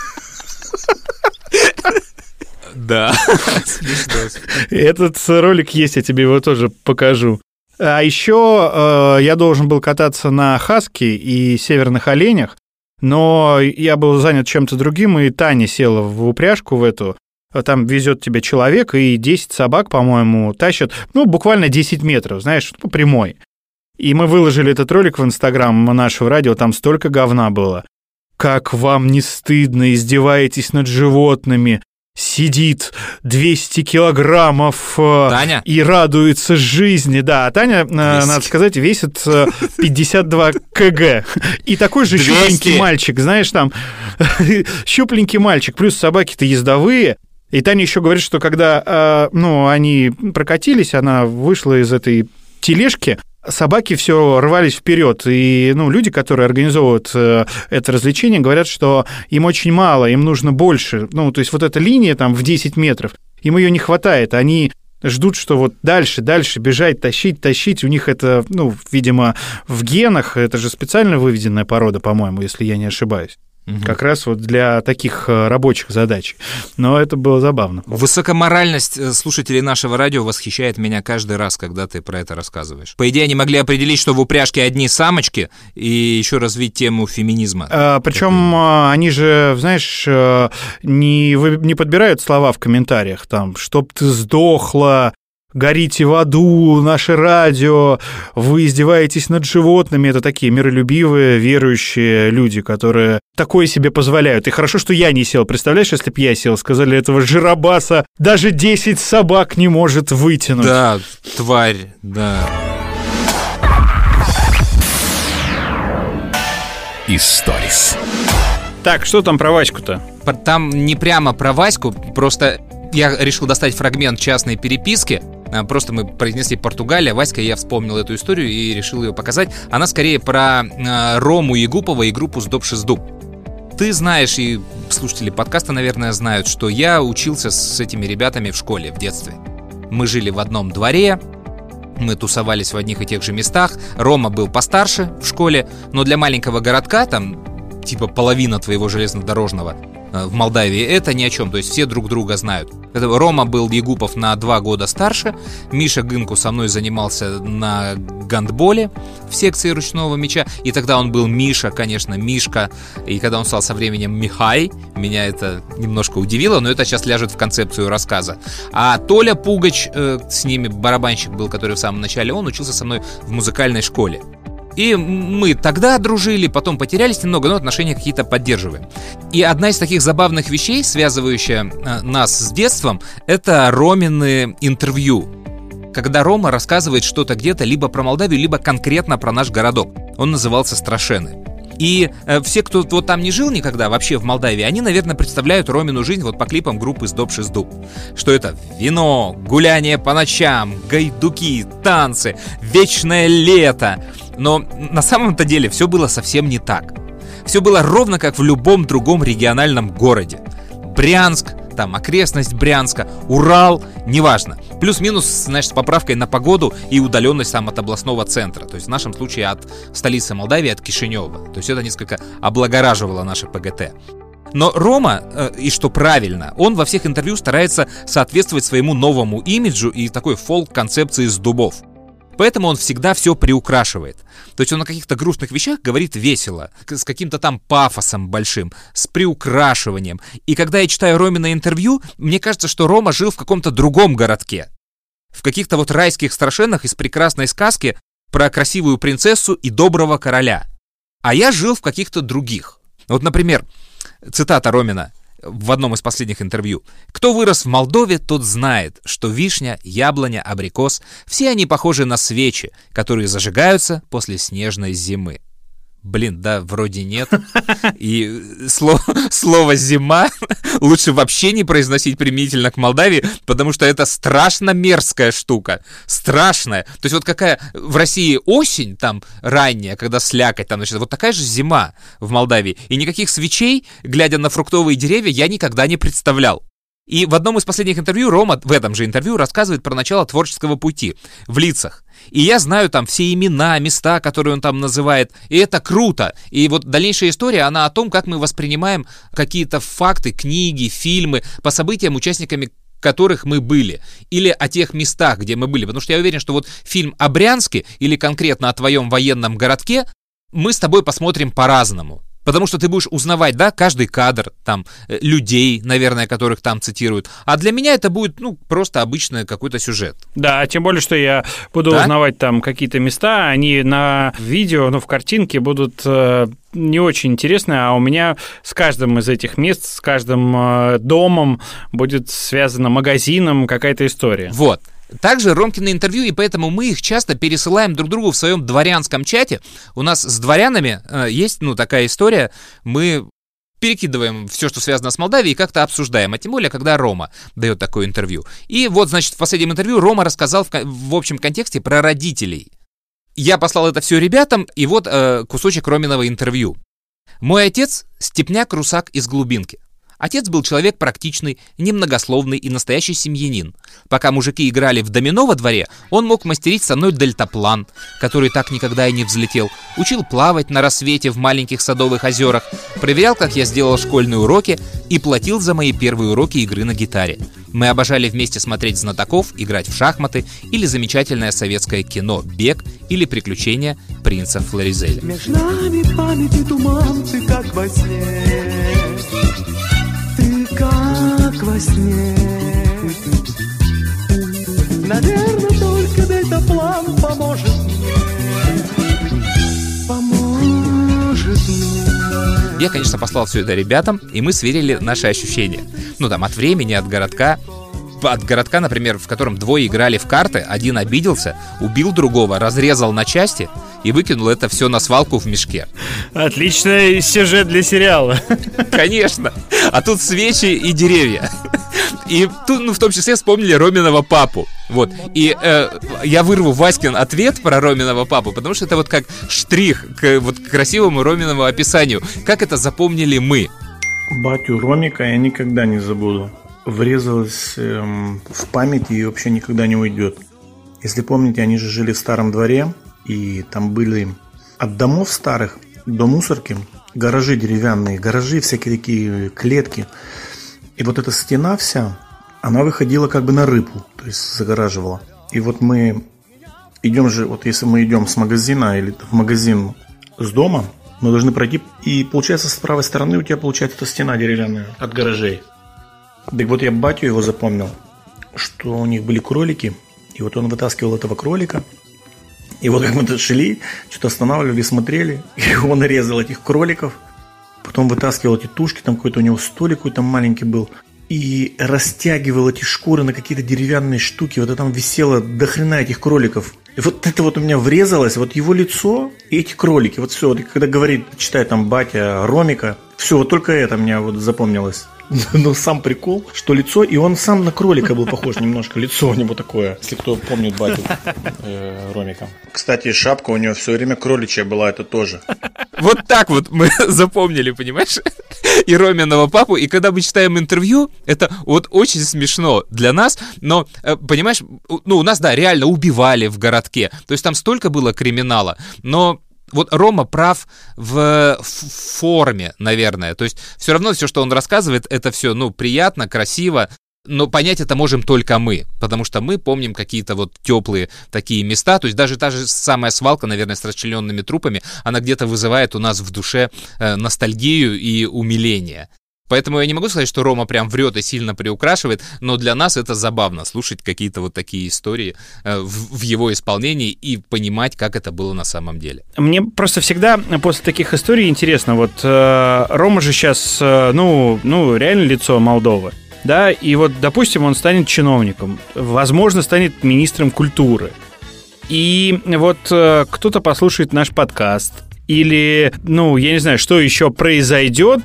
Да, смешно. Этот ролик есть, я тебе его тоже покажу. А еще я должен был кататься на хаске и северных оленях, но я был занят чем-то другим, и Таня села в упряжку в эту. Там везет тебя человек, и 10 собак, по-моему, тащат, ну, буквально 10 метров, знаешь, по прямой. И мы выложили этот ролик в Инстаграм нашего радио, там столько говна было. Как вам не стыдно, издеваетесь над животными? Сидит 200 килограммов Таня? И радуется жизни. Да, а Таня, 200. Надо сказать, весит 52 кг. И такой же 200. Щупленький мальчик, знаешь, там, щупленький мальчик, плюс собаки-то ездовые. И Таня еще говорит, что когда, ну, они прокатились, она вышла из этой тележки, собаки все рвались вперед, и, ну, люди, которые организовывают это развлечение, говорят, что им очень мало, им нужно больше. Ну, то есть вот эта линия там в 10 метров, им ее не хватает, они ждут, что вот дальше бежать, тащить, у них это, ну, видимо, в генах, это же специально выведенная порода, по-моему, если я не ошибаюсь. Как раз вот для таких рабочих задач. Но это было забавно. Высокоморальность слушателей нашего радио восхищает меня каждый раз, когда ты про это рассказываешь. По идее, они могли определить, что в упряжке одни самочки, и еще развить тему феминизма. Причем они же, знаешь, не подбирают слова в комментариях, там, чтоб ты сдохла, горите в аду, наше радио, вы издеваетесь над животными. Это такие миролюбивые, верующие люди, которые такое себе позволяют. И хорошо, что я не сел. Представляешь, если бы я сел, сказали, этого жиробаса даже 10 собак не может вытянуть. Да, тварь, да. Историс. Так, что там про Ваську-то? Там не прямо про Ваську, просто я решил достать фрагмент частной переписки. Просто мы произнесли Португалия, Васька, я вспомнил эту историю и решил ее показать. Она скорее про Рому Егупова и группу «Сдоб-Шиздуб». Ты знаешь, и слушатели подкаста, наверное, знают, что я учился с этими ребятами в школе в детстве. Мы жили в одном дворе, мы тусовались в одних и тех же местах. Рома был постарше в школе, но для маленького городка, там, типа половина твоего железнодорожного в Молдавии, это ни о чем, то есть все друг друга знают. Рома был Егупов на 2 года старше, Миша Гынку со мной занимался на гандболе в секции ручного мяча, и тогда он был Миша, конечно, Мишка, и когда он стал со временем Михай, меня это немножко удивило, но это сейчас ляжет в концепцию рассказа. А Толя Пугач, с ними барабанщик был, который в самом начале, он учился со мной в музыкальной школе. И мы тогда дружили, потом потерялись немного, но отношения какие-то поддерживаем. И одна из таких забавных вещей, связывающая нас с детством, это Ромины интервью. Когда Рома рассказывает что-то где-то либо про Молдавию, либо конкретно про наш городок. Он назывался Страшены. И все, кто вот там не жил никогда вообще в Молдавии, они, наверное, представляют Ромину жизнь вот по клипам группы «Сдоб-Шиздуб». Что это вино, гуляние по ночам, гайдуки, танцы, вечное лето. Но на самом-то деле все было совсем не так. Все было ровно как в любом другом региональном городе. Брянск, там окрестность Брянска, Урал, неважно. Плюс-минус, значит, с поправкой на погоду и удаленность там от областного центра. То есть в нашем случае от столицы Молдавии, от Кишинева. То есть это несколько облагораживало наше ПГТ. Но Рома, и что правильно, он во всех интервью старается соответствовать своему новому имиджу и такой фолк-концепции с дубов. Поэтому он всегда все приукрашивает. То есть он о каких-то грустных вещах говорит весело, с каким-то там пафосом большим, с приукрашиванием. И когда я читаю Ромина интервью, мне кажется, что Рома жил в каком-то другом городке. В каких-то вот райских страшенах из прекрасной сказки про красивую принцессу и доброго короля. А я жил в каких-то других. Вот, например, цитата Ромина в одном из последних интервью. «Кто вырос в Молдове, тот знает, что вишня, яблоня, абрикос – все они похожи на свечи, которые зажигаются после снежной зимы». Блин, да, вроде нет. И слово «зима» лучше вообще не произносить применительно к Молдавии, потому что это страшно мерзкая штука. Страшная. То есть вот какая в России осень, там, ранняя, когда слякоть, там, значит, вот такая же зима в Молдавии. И никаких свечей, глядя на фруктовые деревья, я никогда не представлял. И в одном из последних интервью Рома в этом же интервью рассказывает про начало творческого пути в Лицах. И я знаю там все имена, места, которые он там называет, и это круто. И вот дальнейшая история, она о том, как мы воспринимаем какие-то факты, книги, фильмы по событиям, участниками которых мы были, или о тех местах, где мы были. Потому что я уверен, что вот фильм о Брянске или конкретно о твоем военном городке мы с тобой посмотрим по-разному. Потому что ты будешь узнавать, да, каждый кадр, там, людей, наверное, которых там цитируют. А для меня это будет, ну, просто обычный какой-то сюжет. Да, тем более, что я буду узнавать там какие-то места, они на видео, ну, в картинке будут не очень интересны, а у меня с каждым из этих мест, с каждым домом будет связана магазином какая-то история. Вот. Также Ромкины интервью, и поэтому мы их часто пересылаем друг другу в своем дворянском чате. У нас с дворянами есть, ну, такая история. Мы перекидываем все, что связано с Молдавией, и как-то обсуждаем. А тем более, когда Рома дает такое интервью. И вот, значит, в последнем интервью Рома рассказал в общем контексте про родителей. Я послал это все ребятам, и вот кусочек Роминого интервью. «Мой отец – степняк-русак из глубинки. Отец был человек практичный, немногословный и настоящий семьянин. Пока мужики играли в домино во дворе, он мог мастерить со мной дельтаплан, который так никогда и не взлетел, учил плавать на рассвете в маленьких садовых озерах, проверял, как я сделал школьные уроки и платил за мои первые уроки игры на гитаре. Мы обожали вместе смотреть знатоков, играть в шахматы или замечательное советское кино «Бег» или «Приключения принца Флоризеля». Между нами память и туман, ты как во сне. Как во сне. Наверное, только дельтаплан поможет мне. Поможет мне. Я, конечно, послал все это ребятам, и мы сверили наши ощущения. Ну, там, от времени, от городка. От городка, например, в котором двое играли в карты, один обиделся, убил другого, разрезал на части и выкинул это все на свалку в мешке. Отличный сюжет для сериала. Конечно. А тут свечи и деревья. И тут, в том числе, вспомнили Роминого папу. Вот. И я вырву Васькин ответ про Роминого папу, потому что это вот как штрих к красивому Роминому описанию. Как это запомнили мы? Батю Ромика я никогда не забуду. Врезалось в память и вообще никогда не уйдет. Если помните, они же жили в старом дворе, и там были от домов старых до мусорки гаражи деревянные, гаражи, всякие такие клетки. И вот эта стена вся, она выходила как бы на рыбу, то есть загораживала. И вот мы идем же, вот если мы идем с магазина или в магазин с дома, мы должны пройти, и получается с правой стороны у тебя получается эта стена деревянная от гаражей. Так вот я батю его запомнил, что у них были кролики, и вот он вытаскивал этого кролика. И вот как мы шли, что-то останавливали, смотрели, и он резал этих кроликов, потом вытаскивал эти тушки, там какой-то у него столик какой-то маленький был, и растягивал эти шкуры на какие-то деревянные штуки, вот там висело до хрена этих кроликов. И вот это вот у меня врезалось, вот его лицо и эти кролики, вот все, вот когда говорит, читает там батя Ромика, все, вот только это мне вот запомнилось. Но сам прикол, что лицо, и он сам на кролика был похож немножко, лицо у него такое, если кто помнит батю Ромика. Кстати, шапка у него все время кроличья была, это тоже. Вот так вот мы запомнили, понимаешь, и Роминого папу, и когда мы читаем интервью, это вот очень смешно для нас, но, понимаешь, у нас, да, реально убивали в городке, то есть там столько было криминала, но... Вот Рома прав в форме, наверное. То есть все равно все, что он рассказывает, это все, приятно, красиво. Но понять это можем только мы, потому что мы помним какие-то вот теплые такие места. То есть даже та же самая свалка, наверное, с расчлененными трупами, она где-то вызывает у нас в душе ностальгию и умиление. Поэтому я не могу сказать, что Рома прям врет и сильно приукрашивает, но для нас это забавно слушать какие-то вот такие истории в его исполнении и понимать, как это было на самом деле. Мне просто всегда после таких историй интересно, вот Рома же сейчас, реально лицо Молдовы, да, и вот, допустим, он станет чиновником, возможно, станет министром культуры, и вот кто-то послушает наш подкаст, или, я не знаю, что еще произойдет,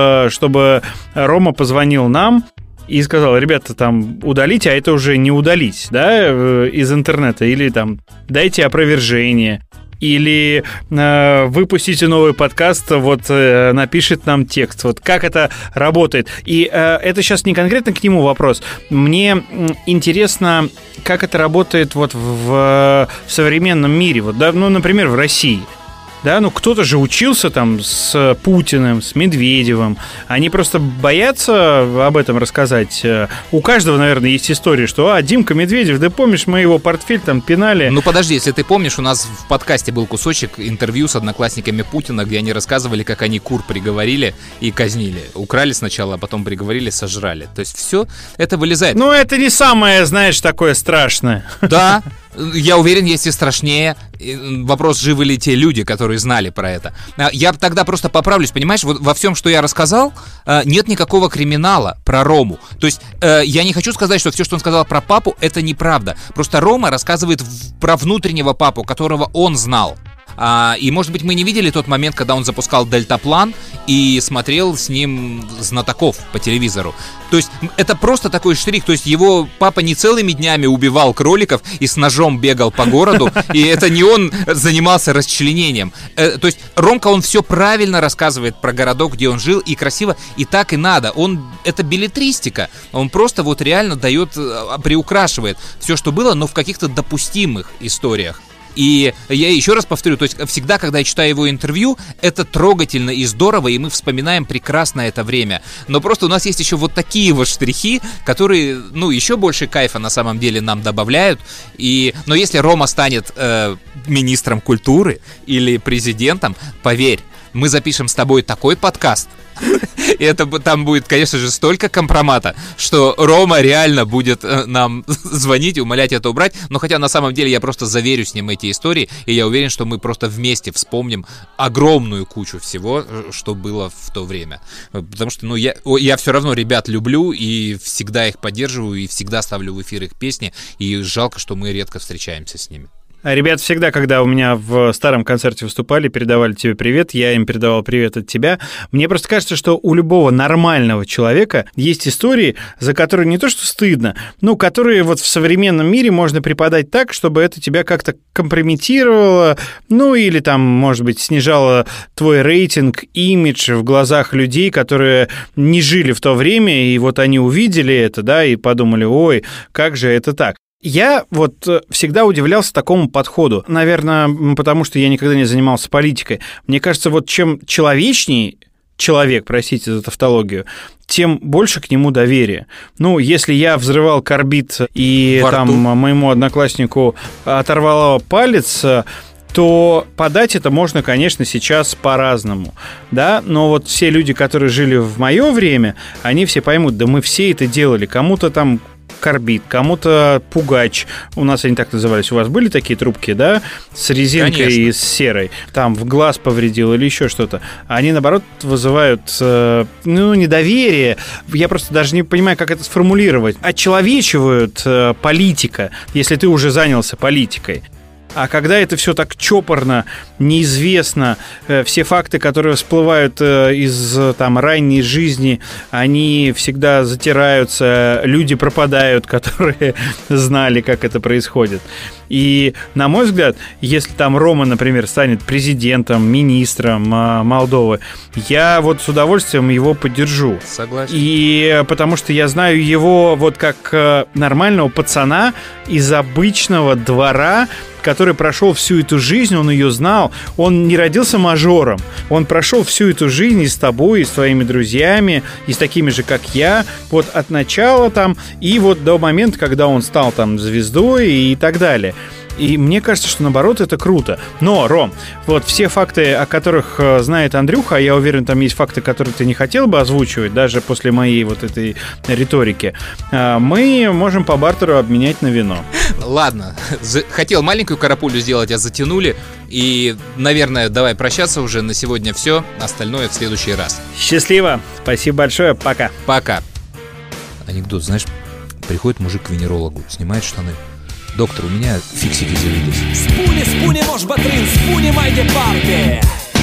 чтобы Рома позвонил нам и сказал: ребята, там, удалите, а это уже не удалить, да, из интернета, или там, дайте опровержение, или выпустите новый подкаст, вот напишет нам текст, вот как это работает. И это сейчас не конкретно к нему вопрос. Мне интересно, как это работает вот в современном мире, вот, да, например, в России. Да, кто-то же учился там с Путиным, с Медведевым. Они просто боятся об этом рассказать. У каждого, наверное, есть история, что Димка Медведев, да помнишь, мы его портфель там пинали. Подожди, если ты помнишь, у нас в подкасте был кусочек интервью с одноклассниками Путина, где они рассказывали, как они кур приговорили и казнили. Украли сначала, а потом приговорили, сожрали. То есть все это вылезает. Это не самое, знаешь, такое страшное. Да. Я уверен, есть и страшнее. Вопрос, живы ли те люди, которые знали про это. Я тогда просто поправлюсь, понимаешь, вот во всем, что я рассказал, нет никакого криминала про Рому. То есть я не хочу сказать, что все, что он сказал про папу, это неправда. Просто Рома рассказывает про внутреннего папу, которого он знал. И, может быть, мы не видели тот момент, когда он запускал дельтаплан и смотрел с ним знатоков по телевизору. То есть это просто такой штрих. То есть его папа не целыми днями убивал кроликов и с ножом бегал по городу, и это не он занимался расчленением. То есть Ромка, он все правильно рассказывает про городок, где он жил, и красиво, и так и надо. Это беллетристика. Он просто вот реально дает, приукрашивает все, что было, но в каких-то допустимых историях. И я еще раз повторю, то есть всегда, когда я читаю его интервью, это трогательно и здорово, и мы вспоминаем прекрасно это время. Но просто у нас есть еще вот такие вот штрихи, которые, еще больше кайфа на самом деле нам добавляют. Но если Рома станет министром культуры или президентом, поверь, мы запишем с тобой такой подкаст, и там будет, конечно же, столько компромата, что Рома реально будет нам звонить и умолять это убрать. Но хотя на самом деле я просто заверю с ним эти истории, и я уверен, что мы просто вместе вспомним огромную кучу всего, что было в то время. Потому что, я все равно ребят люблю и всегда их поддерживаю, и всегда ставлю в эфир их песни, и жалко, что мы редко встречаемся с ними. Ребят всегда, когда у меня в старом концерте выступали, передавали тебе привет, я им передавал привет от тебя. Мне просто кажется, что у любого нормального человека есть истории, за которые не то что стыдно, но которые вот в современном мире можно преподать так, чтобы это тебя как-то компрометировало, ну или там, может быть, снижало твой рейтинг, имидж в глазах людей, которые не жили в то время, и вот они увидели это, да, и подумали, ой, как же это так. Я вот всегда удивлялся такому подходу. Наверное, потому что я никогда не занимался политикой. Мне кажется, вот чем человечней человек, простите за тавтологию, тем больше к нему доверия. Ну, если я взрывал карбид и там моему однокласснику оторвало палец, то подать это можно, конечно, сейчас по-разному, да, но вот все люди, которые жили в мое время, они все поймут, да мы все это делали, кому-то там карбид, кому-то пугач. У нас они так назывались. У вас были такие трубки, да? С резинкой и с серой. Там в глаз повредил или еще что-то. Они, наоборот, вызывают, недоверие. Я просто даже не понимаю, как это сформулировать. Очеловечивают политика, если ты уже занялся политикой. А когда это все так чопорно, неизвестно, все факты, которые всплывают из там, ранней жизни, они всегда затираются, люди пропадают, которые знали, как это происходит. И, на мой взгляд, если там Рома, например, станет президентом, министром Молдовы, я вот с удовольствием его поддержу. Согласен. И потому что я знаю его вот как нормального пацана из обычного двора, который прошел всю эту жизнь, он ее знал, он не родился мажором, он прошел всю эту жизнь и с тобой, и с твоими друзьями, и с такими же, как я, вот от начала там, и вот до момента, когда он стал там звездой и так далее. И мне кажется, что наоборот это круто. Но, Ром, вот все факты, о которых знает Андрюха, а я уверен, там есть факты, которые ты не хотел бы озвучивать, даже после моей вот этой риторики, мы можем по бартеру обменять на вино. Ладно, хотел маленькую карапулю сделать, а затянули. И, наверное, давай прощаться уже. На сегодня все. Остальное в следующий раз. Счастливо. Спасибо большое. Пока. Пока. Анекдот, знаешь, приходит мужик к венерологу, снимает штаны. Доктор, у меня фиксики завелись. Spune, moș bătrân, spune mai departe.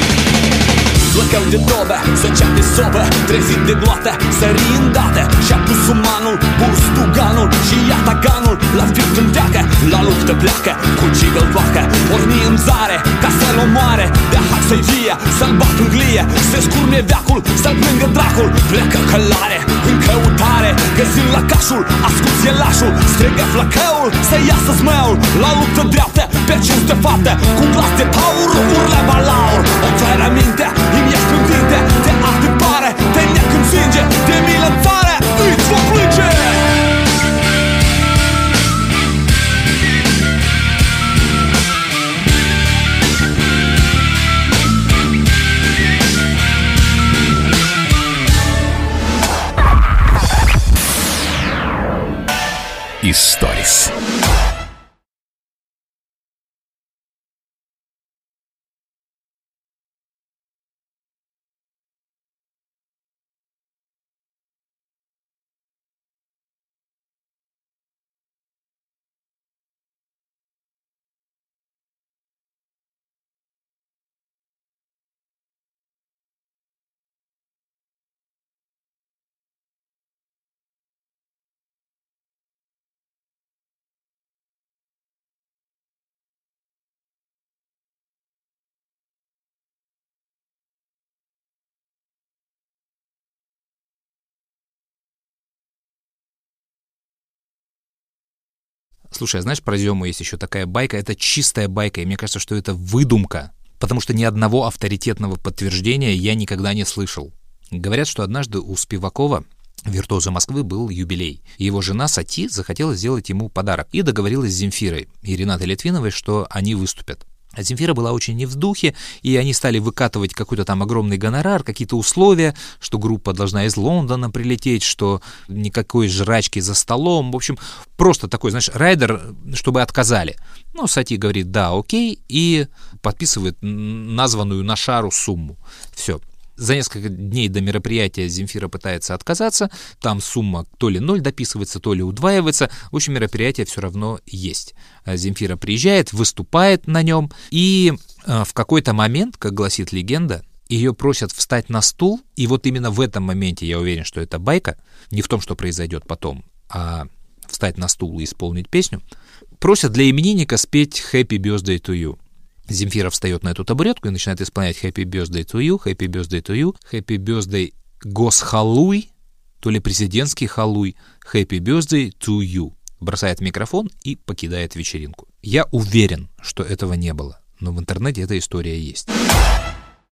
Plăcău de tobe, zăcea de sobă, trezit de gloată, sări îndată și-a pus umanul, pus tuganul și ia taganul. La fipt îndeacă, la luptă pleacă, cu cigăl toacă. Porni în zare, ca să-l omoare, de hac să-i vie, să-l bat în glie. Se scurme veacul, să-l plângă dracul. Pleacă călare, în căutare, găsind lăcașul, ascuns e lașul. Strigă flăcăul, să iasă zmeul, la luptă dreaptă, pe cinste fapte. Cu glas de taur, urle balaur. Oferă minte, îmi ești cuvinte, te atipare, te necânzinge, de milă în țară, îți vom plânge. Историс. Слушай, а знаешь, про Зему есть еще такая байка, это чистая байка, и мне кажется, что это выдумка, потому что ни одного авторитетного подтверждения я никогда не слышал. Говорят, что однажды у Спивакова, виртуоза Москвы, был юбилей. Его жена Сати захотела сделать ему подарок и договорилась с Земфирой и Ренатой Литвиновой, что они выступят. А Земфира была очень не в духе, и они стали выкатывать какой-то там огромный гонорар, какие-то условия, что группа должна из Лондона прилететь, что никакой жрачки за столом. В общем, просто такой, знаешь, райдер, чтобы отказали. Ну, Сати говорит, да, окей, и подписывает названную на шару сумму. Все. За несколько дней до мероприятия Земфира пытается отказаться, там сумма то ли 0 дописывается, то ли удваивается, в общем, мероприятие все равно есть. Земфира приезжает, выступает на нем, и в какой-то момент, как гласит легенда, ее просят встать на стул, и вот именно в этом моменте, я уверен, что это байка, не в том, что произойдет потом, а встать на стул и исполнить песню, просят для именинника спеть «Happy Birthday to you». Земфира встает на эту табуретку и начинает исполнять «Happy Birthday to you», «Happy Birthday to you», «Happy Birthday Госхалуй», то ли президентский халуй, «Happy Birthday to you». Бросает микрофон и покидает вечеринку. Я уверен, что этого не было, но в интернете эта история есть.